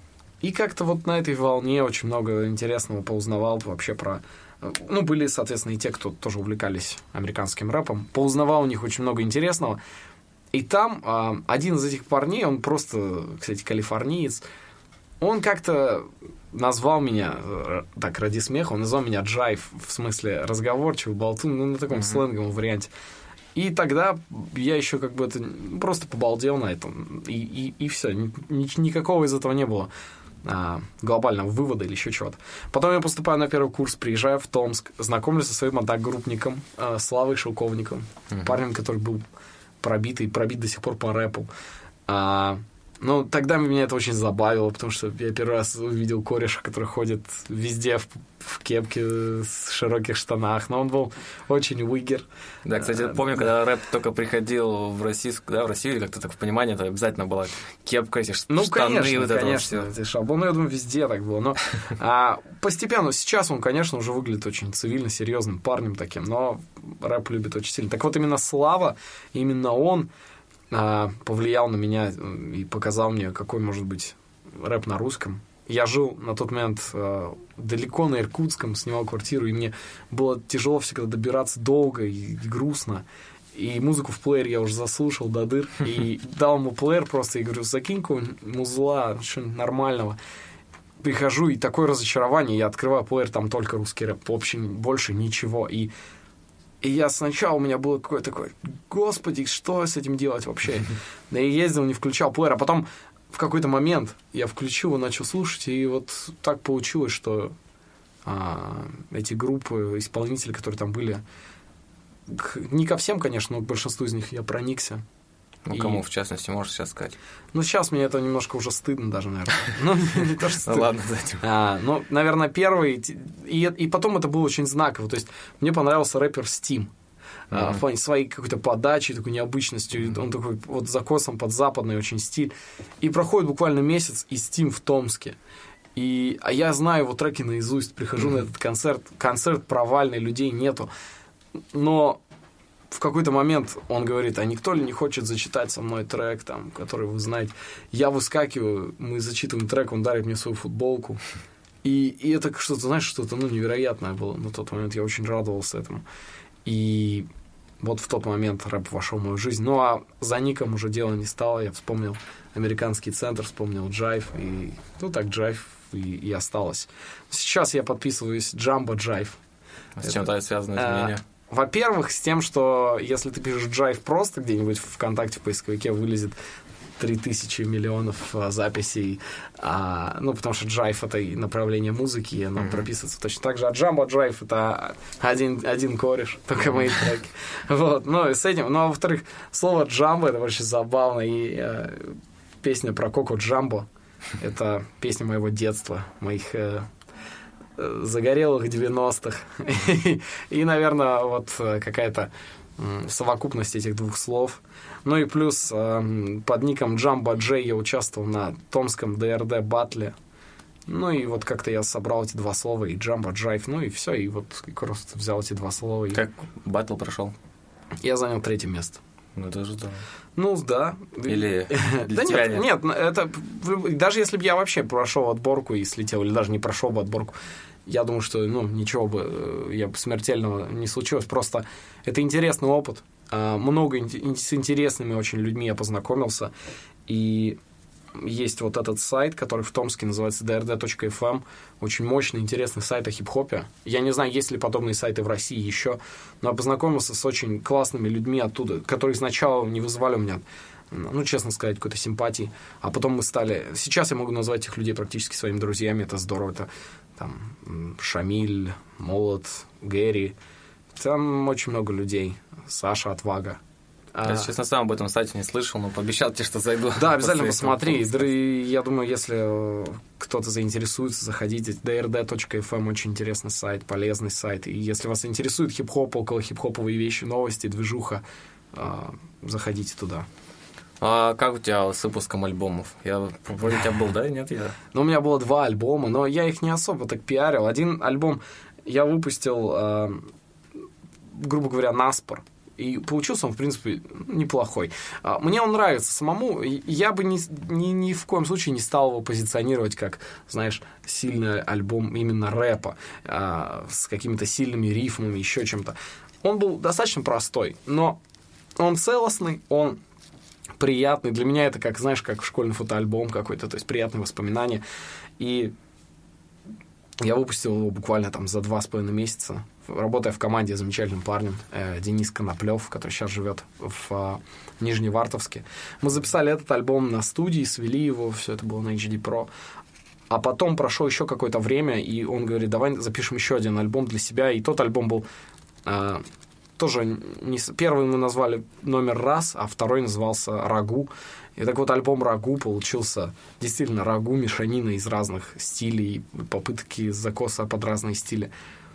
И как-то вот на этой волне очень много интересного поузнавал вообще про... Ну, были, соответственно, и те, кто тоже увлекались американским рэпом. Поузнавал у них очень много интересного. И там э, один из этих парней, он просто, кстати, калифорниец, он как-то назвал меня, э, так, ради смеха, он назвал меня Джайв, в смысле разговорчивый, болтун, ну, на таком mm-hmm. сленговом варианте. И тогда я еще как бы это просто побалдел на этом. И, и, и все. Ни, никакого из этого не было а, глобального вывода или еще чего-то. Потом я поступаю на первый курс, приезжаю в Томск, знакомлюсь со своим одногруппником а, Славой Шелковником, mm-hmm. парнем, который был пробитый, пробит до сих пор по рэпу. А, ну, тогда меня это очень забавило, потому что я первый раз увидел кореша, который ходит везде в, в кепке, с широких штанах, но он был очень уигер. Да, кстати, а, помню, когда рэп только приходил в Россию, да, в Россию, или как-то так в понимании, это обязательно была кепка, эти ну, штаны, конечно, вот это конечно, вот эти шаблоны, я думаю, везде так было. Но а, постепенно, сейчас он, конечно, уже выглядит очень цивильно, серьезным парнем таким, но рэп любит очень сильно. Так вот, именно Слава, именно он повлиял на меня и показал мне, какой может быть рэп на русском. Я жил на тот момент э, далеко на Иркутском, снимал квартиру, и мне было тяжело всегда добираться долго и, и грустно. И музыку в плеере я уже заслушал до дыр. И дал ему плеер просто, и говорю, закинь какого-нибудь музла, что-нибудь нормального. Прихожу, и такое разочарование, я открываю плеер, там только русский рэп, вообще больше ничего. И И я сначала, у меня было какое-то такое, господи, что с этим делать вообще? Да я ездил, не включал плеер, а потом в какой-то момент я включил и начал слушать, и вот так получилось, что а, эти группы, исполнители, которые там были, к, не ко всем, конечно, но к большинству из них я проникся. Ну, и... кому, в частности, можешь сейчас сказать? Ну, сейчас мне это немножко уже стыдно даже, наверное. Ну, не то, что стыдно. Ладно, зачем? Ну, наверное, первый... И потом это было очень знаково. То есть, мне понравился рэпер Steam. В плане своей какой-то подачи, такой необычностью. Он такой вот закосом под западный очень стиль. И проходит буквально месяц, и Steam в Томске. И, а я знаю его треки наизусть. Прихожу на этот концерт. Концерт провальный, людей нету. Но... в какой-то момент он говорит, а никто ли не хочет зачитать со мной трек, там, который вы знаете. Я выскакиваю, мы зачитываем трек, он дарит мне свою футболку. И, и это что-то, знаешь, что-то ну, невероятное было на тот момент. Я очень радовался этому. И вот в тот момент рэп вошел в мою жизнь. Ну, а за ником уже дело не стало. Я вспомнил американский центр, вспомнил Джайв. И, ну, так Джайв и, и осталось. Сейчас я подписываюсь Джамбо Джайв. А с чем-то связано изменение? Во-первых, с тем, что если ты пишешь Джайв просто где-нибудь в ВКонтакте в поисковике, вылезет три тысячи миллионов а, записей. А, ну, потому что Джайв — это направление музыки, и оно mm-hmm. прописывается точно так же. А Джамбо Джайв — это один, один кореш, только мои треки. Вот, ну, и с этим. Ну, а во-вторых, слово Джамбо — это очень забавно. И а, песня про Коко Джамбо — это песня моего детства, моих... загорелых девяностых. И, наверное, вот какая-то совокупность этих двух слов. Ну и плюс под ником Джамбо Джей я участвовал на томском ди эр ди баттле. Ну и вот как-то я собрал эти два слова, и Джамбо Джайв, ну и все, и вот просто взял эти два слова. И... Как баттл прошел? Я занял третье место. Ну, это же здорово. Ну, да. Или да нет, нет, это даже если бы я вообще прошел отборку и слетел, или даже не прошел бы отборку, я думаю, что ну, ничего бы, я бы смертельного не случилось. Просто это интересный опыт. Много с интересными очень людьми я познакомился. И есть вот этот сайт, который в Томске называется ди эр ди точка эф эм. Очень мощный, интересный сайт о хип-хопе. Я не знаю, есть ли подобные сайты в России еще, но я познакомился с очень классными людьми оттуда, которые сначала не вызывали у меня, ну, честно сказать, какой-то симпатии. А потом мы стали... Сейчас я могу назвать этих людей практически своими друзьями. Это здорово. Это там Шамиль, Молот, Гэри. Там очень много людей. Саша, Отвага. Я, честно, сам об этом сайте не слышал, но пообещал тебе, что зайду. Да, обязательно посмотри. Я думаю, если кто-то заинтересуется, заходите. ди эр ди точка эф эм очень интересный сайт, полезный сайт. И если вас интересует хип-хоп, около хип-хоповые вещи, новости, движуха, заходите туда. А как у тебя с выпуском альбомов? Я вроде у тебя был, да? Нет, я. Ну, у меня было два альбома, но я их не особо так пиарил. Один альбом я выпустил, грубо говоря, наспор. И получился он, в принципе, неплохой. Мне он нравится самому. Я бы ни, ни, ни в коем случае не стал его позиционировать как, знаешь, сильный альбом именно рэпа, с какими-то сильными рифмами, еще чем-то. Он был достаточно простой, но он целостный, он приятный. Для меня это, как, знаешь, как школьный фотоальбом какой-то, то есть приятные воспоминания. И я выпустил его буквально там за два с половиной месяца, работая в команде с замечательным парнем э, Денис Коноплев, который сейчас живет в э, Нижневартовске. Мы записали этот альбом на студии, свели его, все это было на эйч ди Pro. А потом прошло еще какое-то время, и он говорит, давай запишем еще один альбом для себя. И тот альбом был э, тоже... Не, первый мы назвали «Номер раз», а второй назывался «Рагу». И так вот альбом «Рагу» получился действительно «Рагу», мешанина из разных стилей, попытки закоса под разные стили.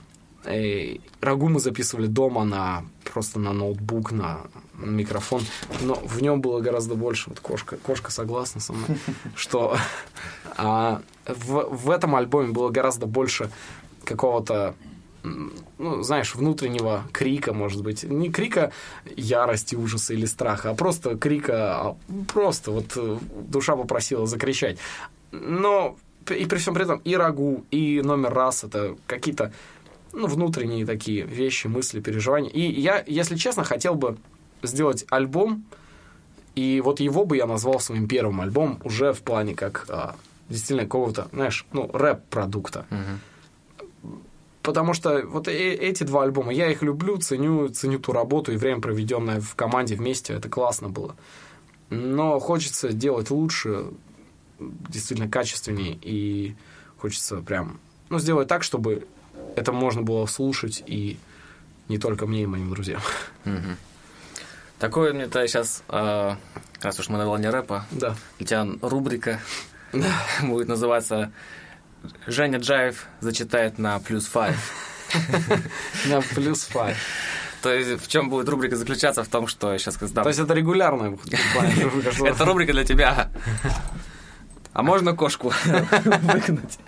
И «Рагу» мы записывали дома на, просто на ноутбук, на микрофон, но в нем было гораздо больше, вот кошка, кошка согласна со мной, что а, в, в этом альбоме было гораздо больше какого-то, ну, знаешь, внутреннего крика, может быть. Не крика ярости, ужаса или страха, а просто крика, а просто вот душа попросила закричать. Но и при всем при этом и «Рагу», и «Номер раз» — это какие-то, ну, внутренние такие вещи, мысли, переживания. И я, если честно, хотел бы сделать альбом, и вот его бы я назвал своим первым альбомом уже в плане как а, действительно какого-то, знаешь, ну, рэп-продукта. Uh-huh. Потому что вот э- эти два альбома, я их люблю, ценю, ценю ту работу и время, проведенное в команде вместе, это классно было. Но хочется делать лучше, действительно качественнее, и хочется прям, ну, сделать так, чтобы это можно было слушать и не только мне и моим друзьям. Uh-huh. Такое мне-то сейчас, э, раз уж мы на волне рэпа, да. У тебя рубрика да. будет называться «Женя Джаев зачитает на плюс файв». На плюс файв. То есть в чем будет рубрика заключаться? В том, что я сейчас сдам. То есть это регулярная рубрика? Это рубрика для тебя. А можно кошку выгнать?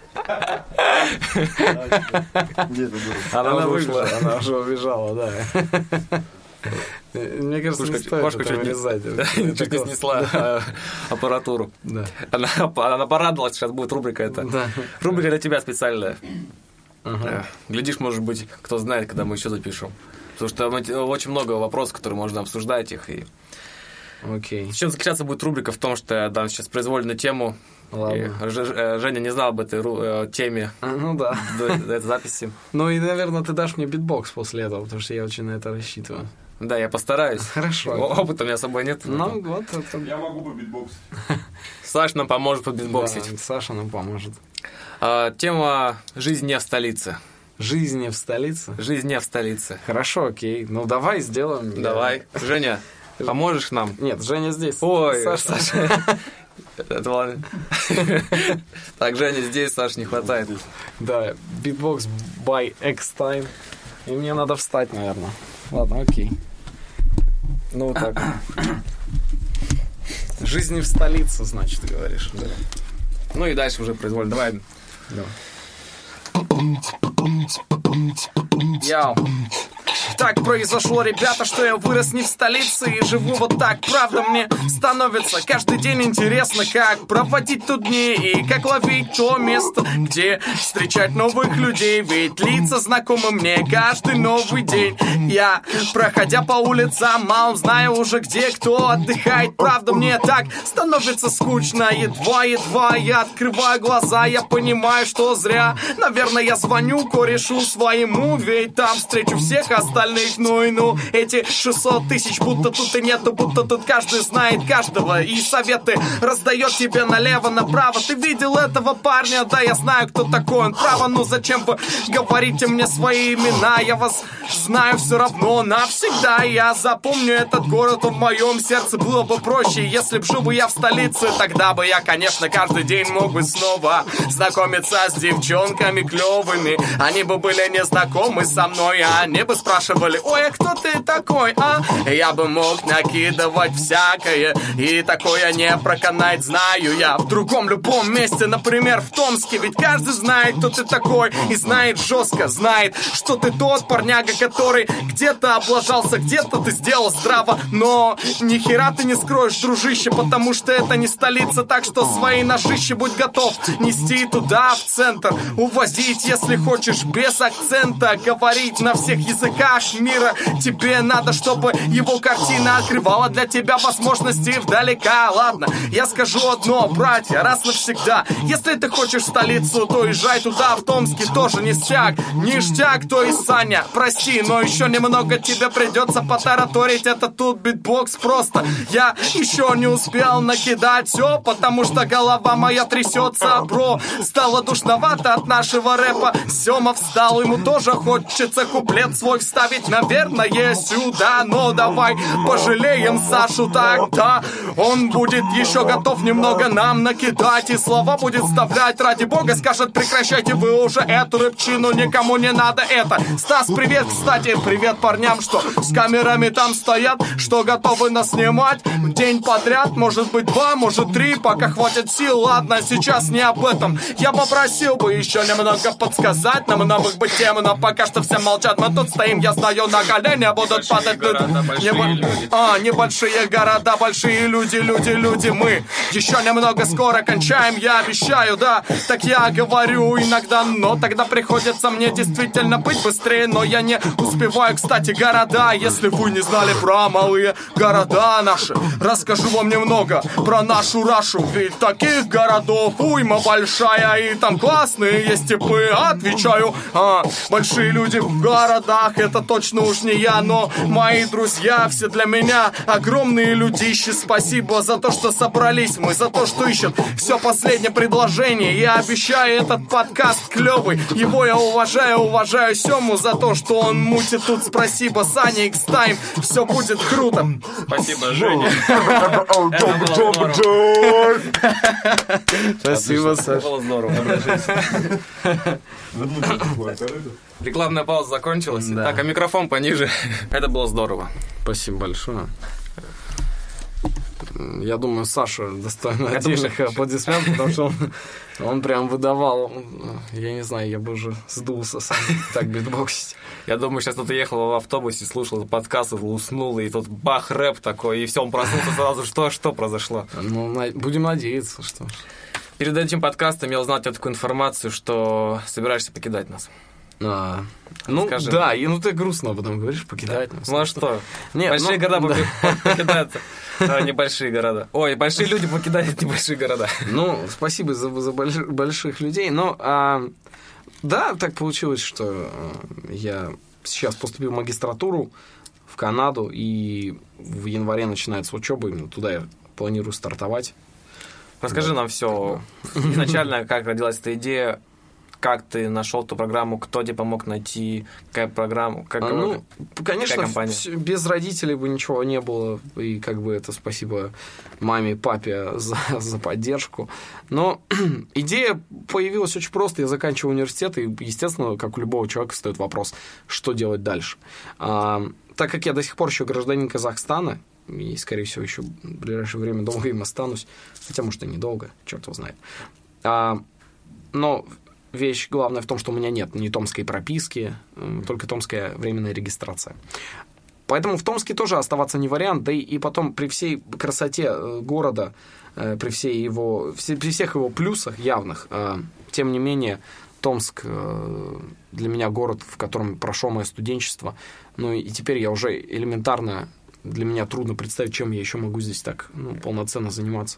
Она вышла, она уже убежала, да. Мне кажется, не стоит кошка это вырезать. Чуть не снесла аппаратуру. Да. Она, она порадовалась, сейчас будет рубрика эта. Да. Рубрика для тебя специальная. Ага. Глядишь, может быть, кто знает, когда мы еще запишем. Потому что очень много вопросов, которые можно обсуждать их. И... Окей. В чем заключаться будет рубрика? В том, что я дам сейчас произвольную тему. Ладно. Женя не знал об этой ру- теме а, ну да. до, до этой записи. Ну и, наверное, ты дашь мне битбокс после этого, потому что я очень на это рассчитываю. Да, я постараюсь. Хорошо. Опыта у меня с собой нет. Ну, вот это... Я могу по битбоксу. Саша нам поможет по битбоксить. Да, Саша нам поможет. А, тема «Жизнь не в столице». Жизнь не в столице? Жизнь не в столице. Хорошо, окей. Ну, давай сделаем. Давай. Я... Женя, поможешь нам? Нет, Женя здесь. Ой, Саша. Саша. Это ладно. Так, Женя здесь, Саш, не хватает. Да, битбокс by X-Time. И мне надо встать, наверное. Ладно, окей. Ну, так. Жизнь не в столице, значит, ты говоришь. Да. Ну и дальше уже произвольно. Давай. Давай. Яу. Так произошло, ребята, что я вырос не в столице и живу вот так. Правда, мне становится каждый день интересно, как проводить тут дни и как ловить то место, где встречать новых людей. Ведь лица знакомы мне каждый новый день. Я, проходя по улицам, мало знаю уже, где кто отдыхает. Правда, мне так становится скучно. Едва-едва я открываю глаза, я понимаю, что зря. Наверное, я звоню корешу своему, ведь там встречу всех остальных. Ну и ну, эти шестьсот тысяч, будто тут и нету, будто тут каждый знает каждого. И советы раздает тебе налево-направо. Ты видел этого парня? Да, я знаю, кто такой он. Право, ну зачем вы говорите мне свои имена? Я вас знаю все равно навсегда. Я запомню этот город, он в моем сердце. Было бы проще, если б жил бы я в столице. Тогда бы я, конечно, каждый день мог бы снова знакомиться с девчонками клевыми. Они бы были незнакомы со мной, а они бы спрашивали спрашивали: ой, а кто ты такой, а? Я бы мог накидывать всякое, и такое не проканать, знаю я. В другом любом месте, например, в Томске, ведь каждый знает, кто ты такой, и знает жестко, знает, что ты тот парняга, который где-то облажался, где-то ты сделал здраво, но ни хера ты не скроешь, дружище, потому что это не столица, так что свои ножища будь готов нести туда, в центр, увозить, если хочешь, без акцента, говорить на всех языках мира. Тебе надо, чтобы его картина открывала для тебя возможности вдалека. Ладно, я скажу одно, братья, раз навсегда: если ты хочешь столицу, то езжай туда, в Томске тоже ништяк. Ништяк, то и Саня, прости, но еще немного тебе придется потараторить. Это тут битбокс просто. Я еще не успел накидать все, потому что голова моя трясется, бро. Стало душновато от нашего рэпа. Сема встал, ему тоже хочется куплет свой вставить, наверное, сюда. Но давай пожалеем Сашу тогда. Он будет еще готов немного нам накидать, и слова будет вставлять. Ради бога, скажет: прекращайте вы уже эту рэпчину, никому не надо это. Стас, привет, кстати, привет парням, что с камерами там стоят, что готовы нас снимать день подряд, может быть два, может три, пока хватит сил. Ладно, сейчас не об этом. Я попросил бы еще немного подсказать нам новых бы тем, но пока что все молчат. Мы тут стоим, я знаю, на колени будут падать города, Небо... А, небольшие города, большие люди, люди, люди. Мы еще немного скоро кончаем, я обещаю, да. Так я говорю иногда, но тогда приходится мне действительно быть быстрее, но я не успеваю. Кстати, города, если вы не знали про малые города наши, расскажу вам немного про нашу Рашу. Ведь таких городов уйма большая, и там классные есть типы. Отвечаю, а, большие люди в городах, это точно уж не я, но мои друзья все для меня огромные людищи. Спасибо за то, что собрались мы, за то, что ищут все последнее предложение. Я обещаю, этот подкаст клевый, его я уважаю, уважаю Сему за то, что он мутит тут. Спасибо, Саня, X-Time, все будет круто. Спасибо, Женя. Спасибо, Саша. Было здорово. Рекламная пауза закончилась. Да. Так, а микрофон пониже. Это было здорово. Спасибо большое. Я думаю, Саша достоин отдельных аплодисментов, потому что он, он прям выдавал. Я не знаю, я бы уже сдулся сам так битбоксить. Я думаю, сейчас кто-то ехал в автобусе, слушал подкаст, уснул, и тут бах, рэп такой, и все, он проснулся сразу. Что, что произошло? Ну, на... будем надеяться, что... Перед этим подкастом я узнал от тебя такую информацию, что собираешься покидать нас. А, ну, Скажи. да, и ну ты грустно об этом говоришь, покидать Да. нас. Ну, а что? Нет, большие ну, города да. покидаются, а небольшие города. Ой, большие люди покидают небольшие города. Ну, спасибо за, за больш... больших людей. Но, а, да, так получилось, что а, я сейчас поступил в магистратуру в Канаду, и в январе начинается учеба, именно туда я планирую стартовать. Расскажи Да. нам все изначально, как родилась эта идея, как ты нашел ту программу, кто тебе помог найти, какая программа, как, А, ну, конечно, компания? вс- без родителей бы ничего не было, и как бы это спасибо маме и папе за, за поддержку. Но идея появилась очень просто. Я заканчиваю университет, и, естественно, как у любого человека, стоит вопрос, что делать дальше. А, так как я до сих пор еще гражданин Казахстана, и, скорее всего, еще в ближайшее время долго им останусь, хотя, может, и недолго, черт его знает. А, но вещь главная в том, что у меня нет ни томской прописки, только томская временная регистрация. Поэтому в Томске тоже оставаться не вариант, да и, и потом при всей красоте города, при, всей его, при всех его плюсах явных, тем не менее, Томск для меня город, в котором прошло мое студенчество, ну и теперь я уже элементарно, для меня трудно представить, чем я еще могу здесь так ну, полноценно заниматься.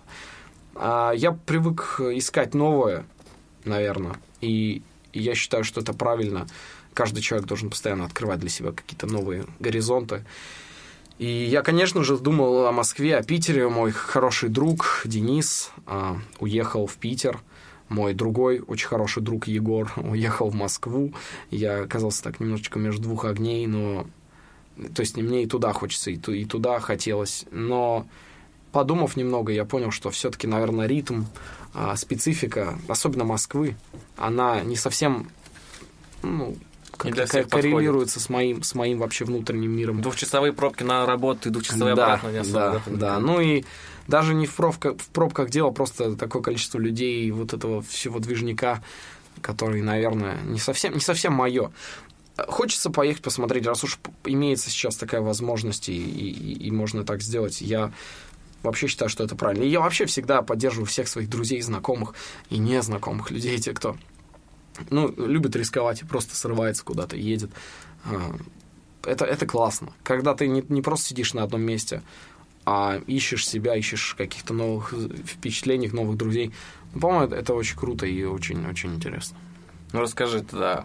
Я привык искать новое, наверное, и, и я считаю, что это правильно. Каждый человек должен постоянно открывать для себя какие-то новые горизонты. И я, конечно же, думал о Москве, о Питере. Мой хороший друг Денис а, уехал в Питер. Мой другой, очень хороший друг Егор уехал в Москву. Я оказался так немножечко между двух огней, но... То есть мне и туда хочется, и, ту, и туда хотелось. Но, подумав немного, я понял, что все-таки, наверное, ритм, а, специфика, особенно Москвы, она не совсем... Ну, как-то коррелируется с моим, с моим вообще внутренним миром. Двухчасовые пробки на работу и двухчасовые да, обратно не особо. Да, да. Ну и даже не в пробках, в пробках дело, просто такое количество людей, вот этого всего движника, который, наверное, не совсем, не совсем мое. Хочется поехать посмотреть, раз уж имеется сейчас такая возможность, и, и, и можно так сделать. Я вообще считаю, что это правильно. И я вообще всегда поддерживаю всех своих друзей, знакомых и незнакомых людей, те, кто ну, любит рисковать и просто срывается куда-то, едет. Это, это классно. Когда ты не, не просто сидишь на одном месте, а ищешь себя, ищешь каких-то новых впечатлений, новых друзей. Ну, по-моему, это, это очень круто и очень-очень интересно. Ну, расскажи тогда,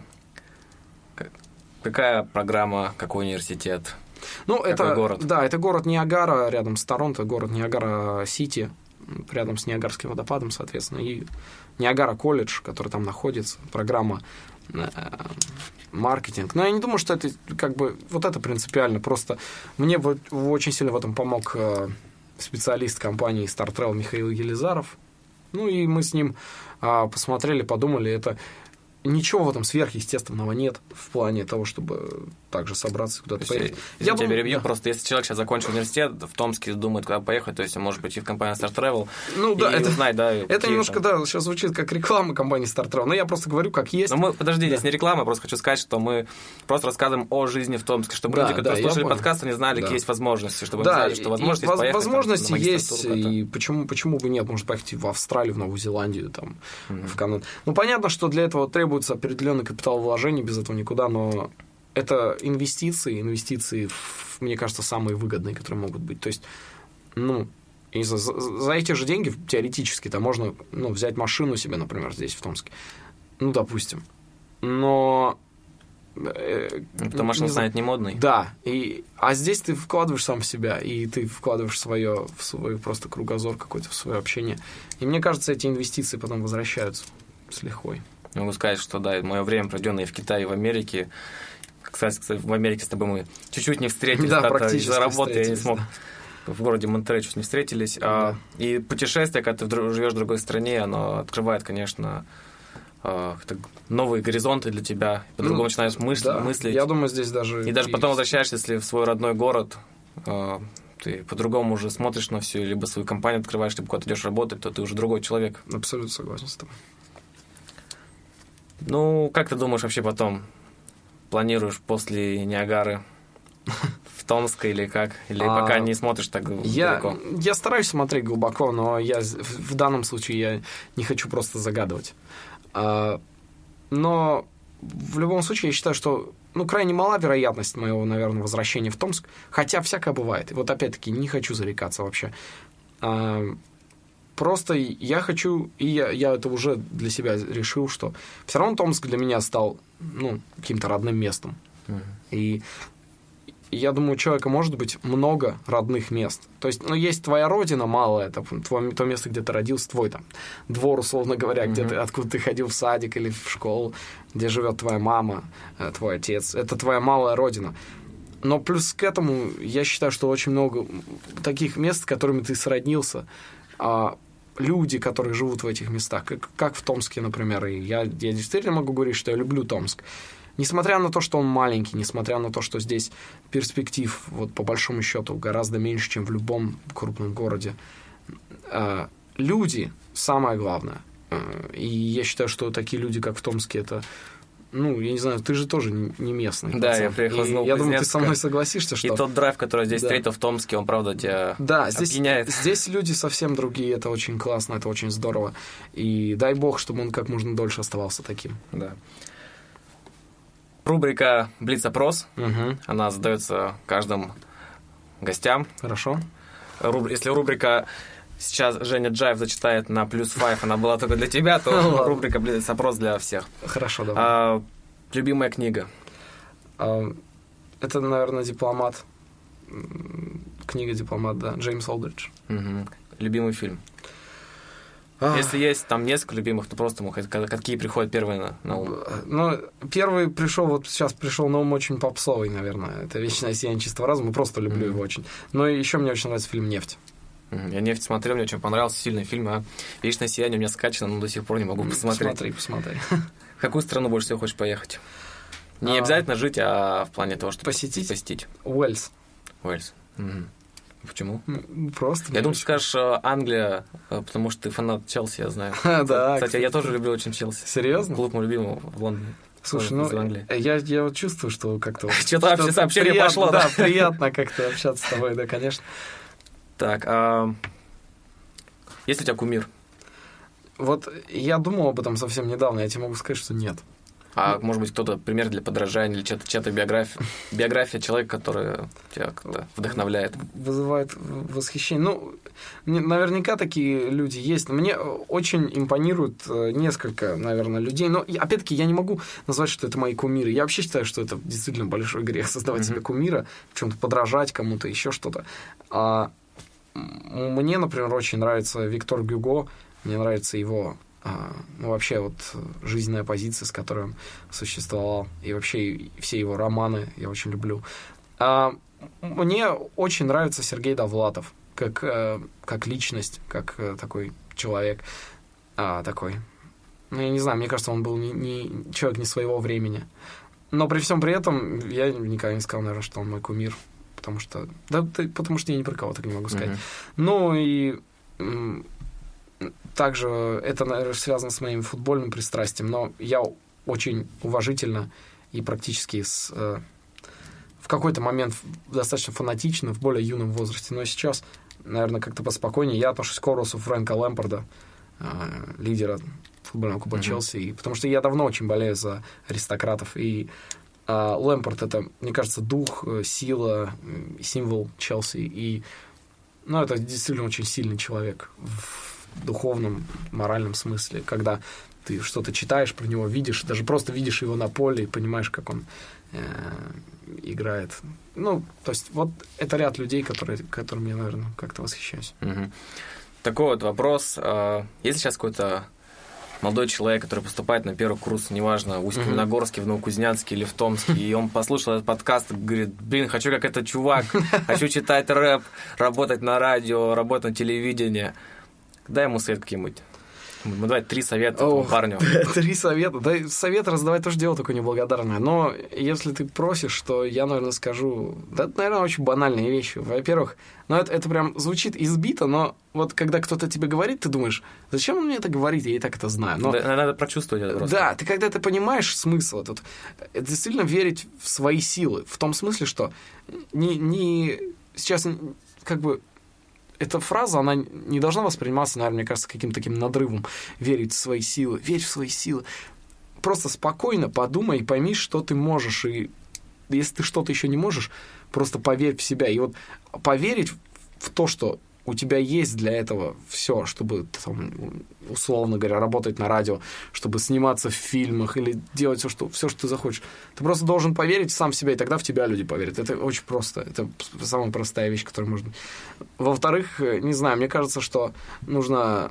какая программа, какой университет, ну, какой это, город? Да, это город Ниагара, рядом с Торонто, город Ниагара-Сити, рядом с Ниагарским водопадом, соответственно, и Ниагара-колледж, который там находится, программа э, маркетинг. Но я не думаю, что это как бы вот это принципиально. Просто мне вот очень сильно в этом помог э, специалист компании Star Travel Михаил Елизаров. Ну и мы с ним э, посмотрели, подумали, это ничего в этом сверхъестественного нет в плане того, чтобы также собраться куда-то поехать. Я тебя перебью, да. Просто если человек сейчас закончил университет, в Томске думает, куда поехать, то есть он может пойти в компанию Star Travel ну, да, и это, узнать, да. Это немножко, там... да, сейчас звучит как реклама компании Star Travel, но я просто говорю, как есть. Но мы, подожди, да. здесь не реклама, я просто хочу сказать, что мы просто рассказываем о жизни в Томске, чтобы да, люди, которые да, слушали подкасты, не знали, да. какие есть возможности, чтобы да, они знали, что возможности есть поехать. Возможности там, есть, и почему, почему бы нет, можно поехать в Австралию, в Новую Зеландию, там, mm-hmm. в Канаду. Ну, понятно, что для этого требуется определенный капитал вложений, без этого никуда, но это инвестиции, инвестиции, мне кажется, самые выгодные, которые могут быть. То есть, ну, и за, за эти же деньги теоретически там можно ну, взять машину себе, например, здесь, в Томске. Ну, допустим. Но... Э, Эта машина станет не модной. Да. И, а здесь ты вкладываешь сам в себя, и ты вкладываешь свое, в свой просто кругозор какой-то, в свое общение. И мне кажется, эти инвестиции потом возвращаются с лихвой. Могу сказать, что да, мое время, проведенное в Китае и в Америке. Кстати, кстати, в Америке с тобой мы чуть-чуть не встретились, да, из-за работы я не смог. Да. В городе Монтерей чуть не встретились. Да. А, и путешествие, когда ты живешь в другой стране, оно открывает, конечно, новые горизонты для тебя. По-другому ну, начинаешь мысли, да. мыслить. Я думаю, здесь даже... И даже потом возвращаешься, если в свой родной город, ты по-другому уже смотришь на все, либо свою компанию открываешь, либо куда-то идешь работать, то ты уже другой человек. Абсолютно согласен с тобой. Ну, как ты думаешь вообще потом? Планируешь после Ниагары в Томск или как? Или а, пока не смотришь так я, далеко? Я стараюсь смотреть глубоко, но я, в данном случае я не хочу просто загадывать. А, но в любом случае я считаю, что ну, крайне мала вероятность моего, наверное, возвращения в Томск, хотя всякое бывает. И вот опять-таки не хочу зарекаться вообще. А, Просто я хочу, и я, я это уже для себя решил, что все равно Томск для меня стал ну, каким-то родным местом. Mm-hmm. И, и я думаю, у человека может быть много родных мест. То есть, ну, есть твоя родина малая, это твое, то место, где ты родился, твой там двор, условно говоря, mm-hmm. где ты, откуда ты ходил в садик или в школу, где живет твоя мама, твой отец. Это твоя малая родина. Но плюс к этому я считаю, что очень много таких мест, с которыми ты сроднился, люди, которые живут в этих местах, как, как в Томске, например, и я, я действительно могу говорить, что я люблю Томск. Несмотря на то, что он маленький, несмотря на то, что здесь перспектив, вот по большому счету, гораздо меньше, чем в любом крупном городе, э, люди – самое главное. Э, и я считаю, что такие люди, как в Томске, это... Ну, я не знаю, ты же тоже не местный. Да, пацан. Я приехал из Я думаю, ты со мной согласишься, что... И тот драйв, который здесь да. встретил в Томске, он, правда, тебя да, здесь, опьяняет. Здесь люди совсем другие, это очень классно, это очень здорово. И дай бог, чтобы он как можно дольше оставался таким. Да. Рубрика «Блиц-опрос». Угу. Она задается каждым гостям. Хорошо. Руб... Если рубрика... Сейчас Женя Джаев зачитает на плюс пять, она была только для тебя, то рубрика «Блиц-опрос» для всех. Хорошо, давай. А, любимая книга? А, это, наверное, «Дипломат». Книга «Дипломат», да, Джеймс Олдридж. Угу. Любимый фильм? А... Если есть там несколько любимых, то просто какие приходят первые на, на ум? Ну, первый пришел, вот сейчас пришел на ум очень попсовый, наверное. Это «Вечное сияние чистого разума», просто люблю mm-hmm. его очень. Но еще мне очень нравится фильм «Нефть». Я «Нефть» смотрел, мне очень понравился, сильный фильм, а «Вечное сияние» у меня скачано, но до сих пор не могу посмотреть. Посмотри, посмотри. В какую страну больше всего хочешь поехать? Не А. обязательно жить, а в плане того, что Посетить? посетить. Уэльс. Уэльс. Мгм. Почему? Ну, Просто. Я думаю, ты скажешь э, Англия, э, потому что ты фанат Челси, я знаю. Да, Кстати, кстати. я тоже люблю очень Челси. Серьезно? Клуб мой любимый в Лондоне. Слушай, Тоже из ну, Англии. я, я вот чувствую, что как-то... Что-то вообще сообщение приятно, пошло, да? Да, приятно как-то общаться с тобой, да, конечно. Так, а есть у тебя кумир? Вот я думал об этом совсем недавно, я тебе могу сказать, что нет. А может быть, кто-то пример для подражания или чья-то, чья-то биография, биография человека, который тебя как-то вдохновляет? Вызывает восхищение. Ну, не- наверняка такие люди есть. Мне очень импонирует э, несколько, наверное, людей. Но, и, опять-таки, я не могу назвать, что это мои кумиры. Я вообще считаю, что это действительно большой грех создавать Мгм. себе кумира, в чем-то подражать кому-то, еще что-то. А м- мне, например, очень нравится Виктор Гюго. Мне нравится его... а, ну, вообще, вот жизненная позиция, с которой он существовал, и вообще и все его романы я очень люблю. А, мне очень нравится Сергей Довлатов, как, э, как личность, как э, такой человек, а, такой. Ну, я не знаю, мне кажется, он был не, не- человек не своего времени. Но при всем при этом я никогда не сказал, наверное, что он мой кумир, потому что... Да, ты- потому что я ни про кого так не могу сказать. Мгм. Ну, и... м, также это, наверное, связано с моим футбольным пристрастием, но я очень уважительно и практически с, э, в какой-то момент достаточно фанатично в более юном возрасте, но сейчас, наверное, как-то поспокойнее я отношусь к образу Фрэнка Лэмпарда, э, лидера футбольного клуба Мгм. Челси, и, потому что я давно очень болею за аристократов, и э, Лэмпард — это, мне кажется, дух, э, сила, э, символ Челси, и ну, это действительно очень сильный человек в духовном, моральном смысле, когда ты что-то читаешь про него, видишь, даже просто видишь его на поле и понимаешь, как он э, играет. Ну, то есть вот это ряд людей, которые, которым я, наверное, как-то восхищаюсь. Мгм. Такой вот вопрос. а, Есть сейчас какой-то молодой человек, который поступает на первый курс, неважно, в Усть-Каменогорске, в Новокузнецке или в Томске, и он послушал этот подкаст и говорит: блин, хочу как этот чувак, хочу читать рэп, работать на радио, работать на телевидении. Дай ему совет какие-нибудь. Ну, давай три совета этому Ох, парню. Три совета. Да, совет раздавать тоже дело такое неблагодарное. Но если ты просишь, то я, наверное, скажу... Да, это, наверное, очень банальные вещи. Во-первых, ну, это, это прям звучит избито, но вот когда кто-то тебе говорит, ты думаешь, зачем он мне это говорит, я и так это знаю. Но... Да, надо прочувствовать это просто. Да, ты когда ты понимаешь смысл этот, это действительно верить в свои силы. В том смысле, что не, не сейчас как бы... Эта фраза, она не должна восприниматься, наверное, мне кажется, каким-то таким надрывом. Верить в свои силы, верь в свои силы. Просто спокойно подумай и пойми, что ты можешь. И если ты что-то еще не можешь, просто поверь в себя. И вот поверить в то, что у тебя есть для этого все, чтобы, там, условно говоря, работать на радио, чтобы сниматься в фильмах или делать все, что, все, что ты захочешь. Ты просто должен поверить сам в себя, и тогда в тебя люди поверят. Это очень просто. Это самая простая вещь, которую можно... Во-вторых, не знаю, мне кажется, что нужно...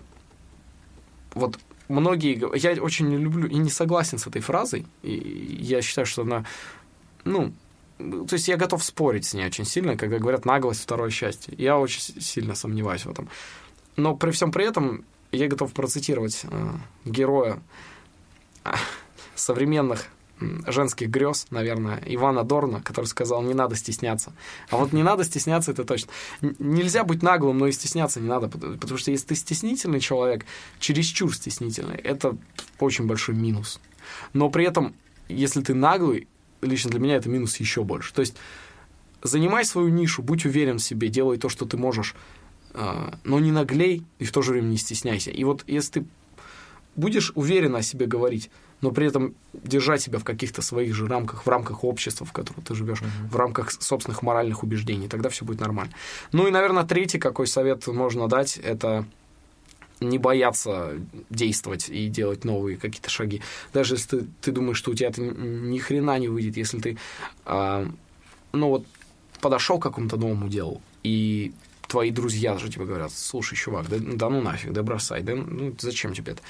Вот многие... Я очень не люблю и не согласен с этой фразой. И я считаю, что она... Ну... То есть я готов спорить с ней очень сильно, когда говорят «наглость – второе счастье». Я очень сильно сомневаюсь в этом. Но при всем при этом я готов процитировать э, героя э, современных э, женских грез, наверное, Ивана Дорна, который сказал «не надо стесняться». А вот не надо стесняться – это точно. Н- нельзя быть наглым, но и стесняться не надо, потому что если ты стеснительный человек, чересчур стеснительный, это очень большой минус. Но при этом, если ты наглый, лично для меня это минус еще больше. То есть занимай свою нишу, будь уверен в себе, делай то, что ты можешь, но не наглей и в то же время не стесняйся. И вот если ты будешь уверенно о себе говорить, но при этом держать себя в каких-то своих же рамках, в рамках общества, в котором ты живешь, mm-hmm. в рамках собственных моральных убеждений, тогда все будет нормально. Ну и, наверное, третий какой совет можно дать, это не бояться действовать и делать новые какие-то шаги. Даже если ты, ты думаешь, что у тебя это ни хрена не выйдет, если ты а, ну вот подошел к какому-то новому делу, и твои друзья же тебе говорят: слушай, чувак, да, да ну нафиг, да бросай, да ну зачем тебе это?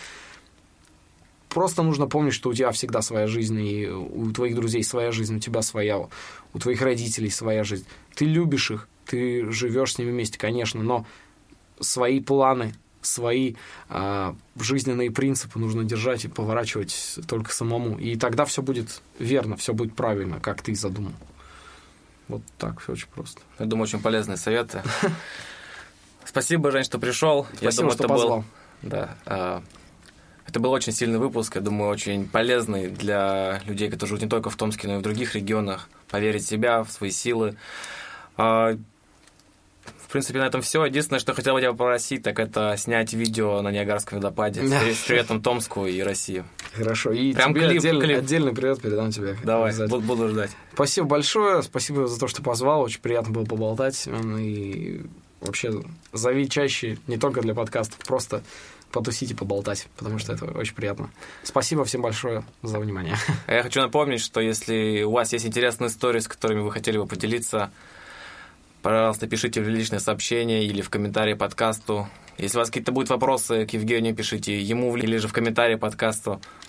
Просто нужно помнить, что у тебя всегда своя жизнь, и у твоих друзей своя жизнь, у тебя своя, у твоих родителей своя жизнь. Ты любишь их, ты живешь с ними вместе, конечно, но свои планы свои а, жизненные принципы нужно держать и поворачивать только самому. И тогда все будет верно, все будет правильно, как ты задумал. Вот так, все очень просто. Я думаю, очень полезные советы. Спасибо, Жень, что пришел. Спасибо, Я думаю, что это позвал. Был, да, это был очень сильный выпуск, я думаю, очень полезный для людей, которые живут не только в Томске, но и в других регионах. Поверить в себя, в свои силы. В принципе, на этом все. Единственное, что хотел бы тебя попросить, так это снять видео на Ниагарском водопаде с приветом Томску и России. Хорошо. И Прям тебе клип, отдельный, клип. отдельный привет передам тебе. Давай, буду ждать. Спасибо большое. Спасибо за то, что позвал. Очень приятно было поболтать. И вообще зови чаще не только для подкастов, просто потусить и поболтать, потому что это очень приятно. Спасибо всем большое за внимание. А я хочу напомнить, что если у вас есть интересные истории, с которыми вы хотели бы поделиться, пожалуйста, пишите в личное сообщение или в комментарии подкасту. Если у вас какие-то будут вопросы к Евгению, пишите ему или же в комментарии подкасту.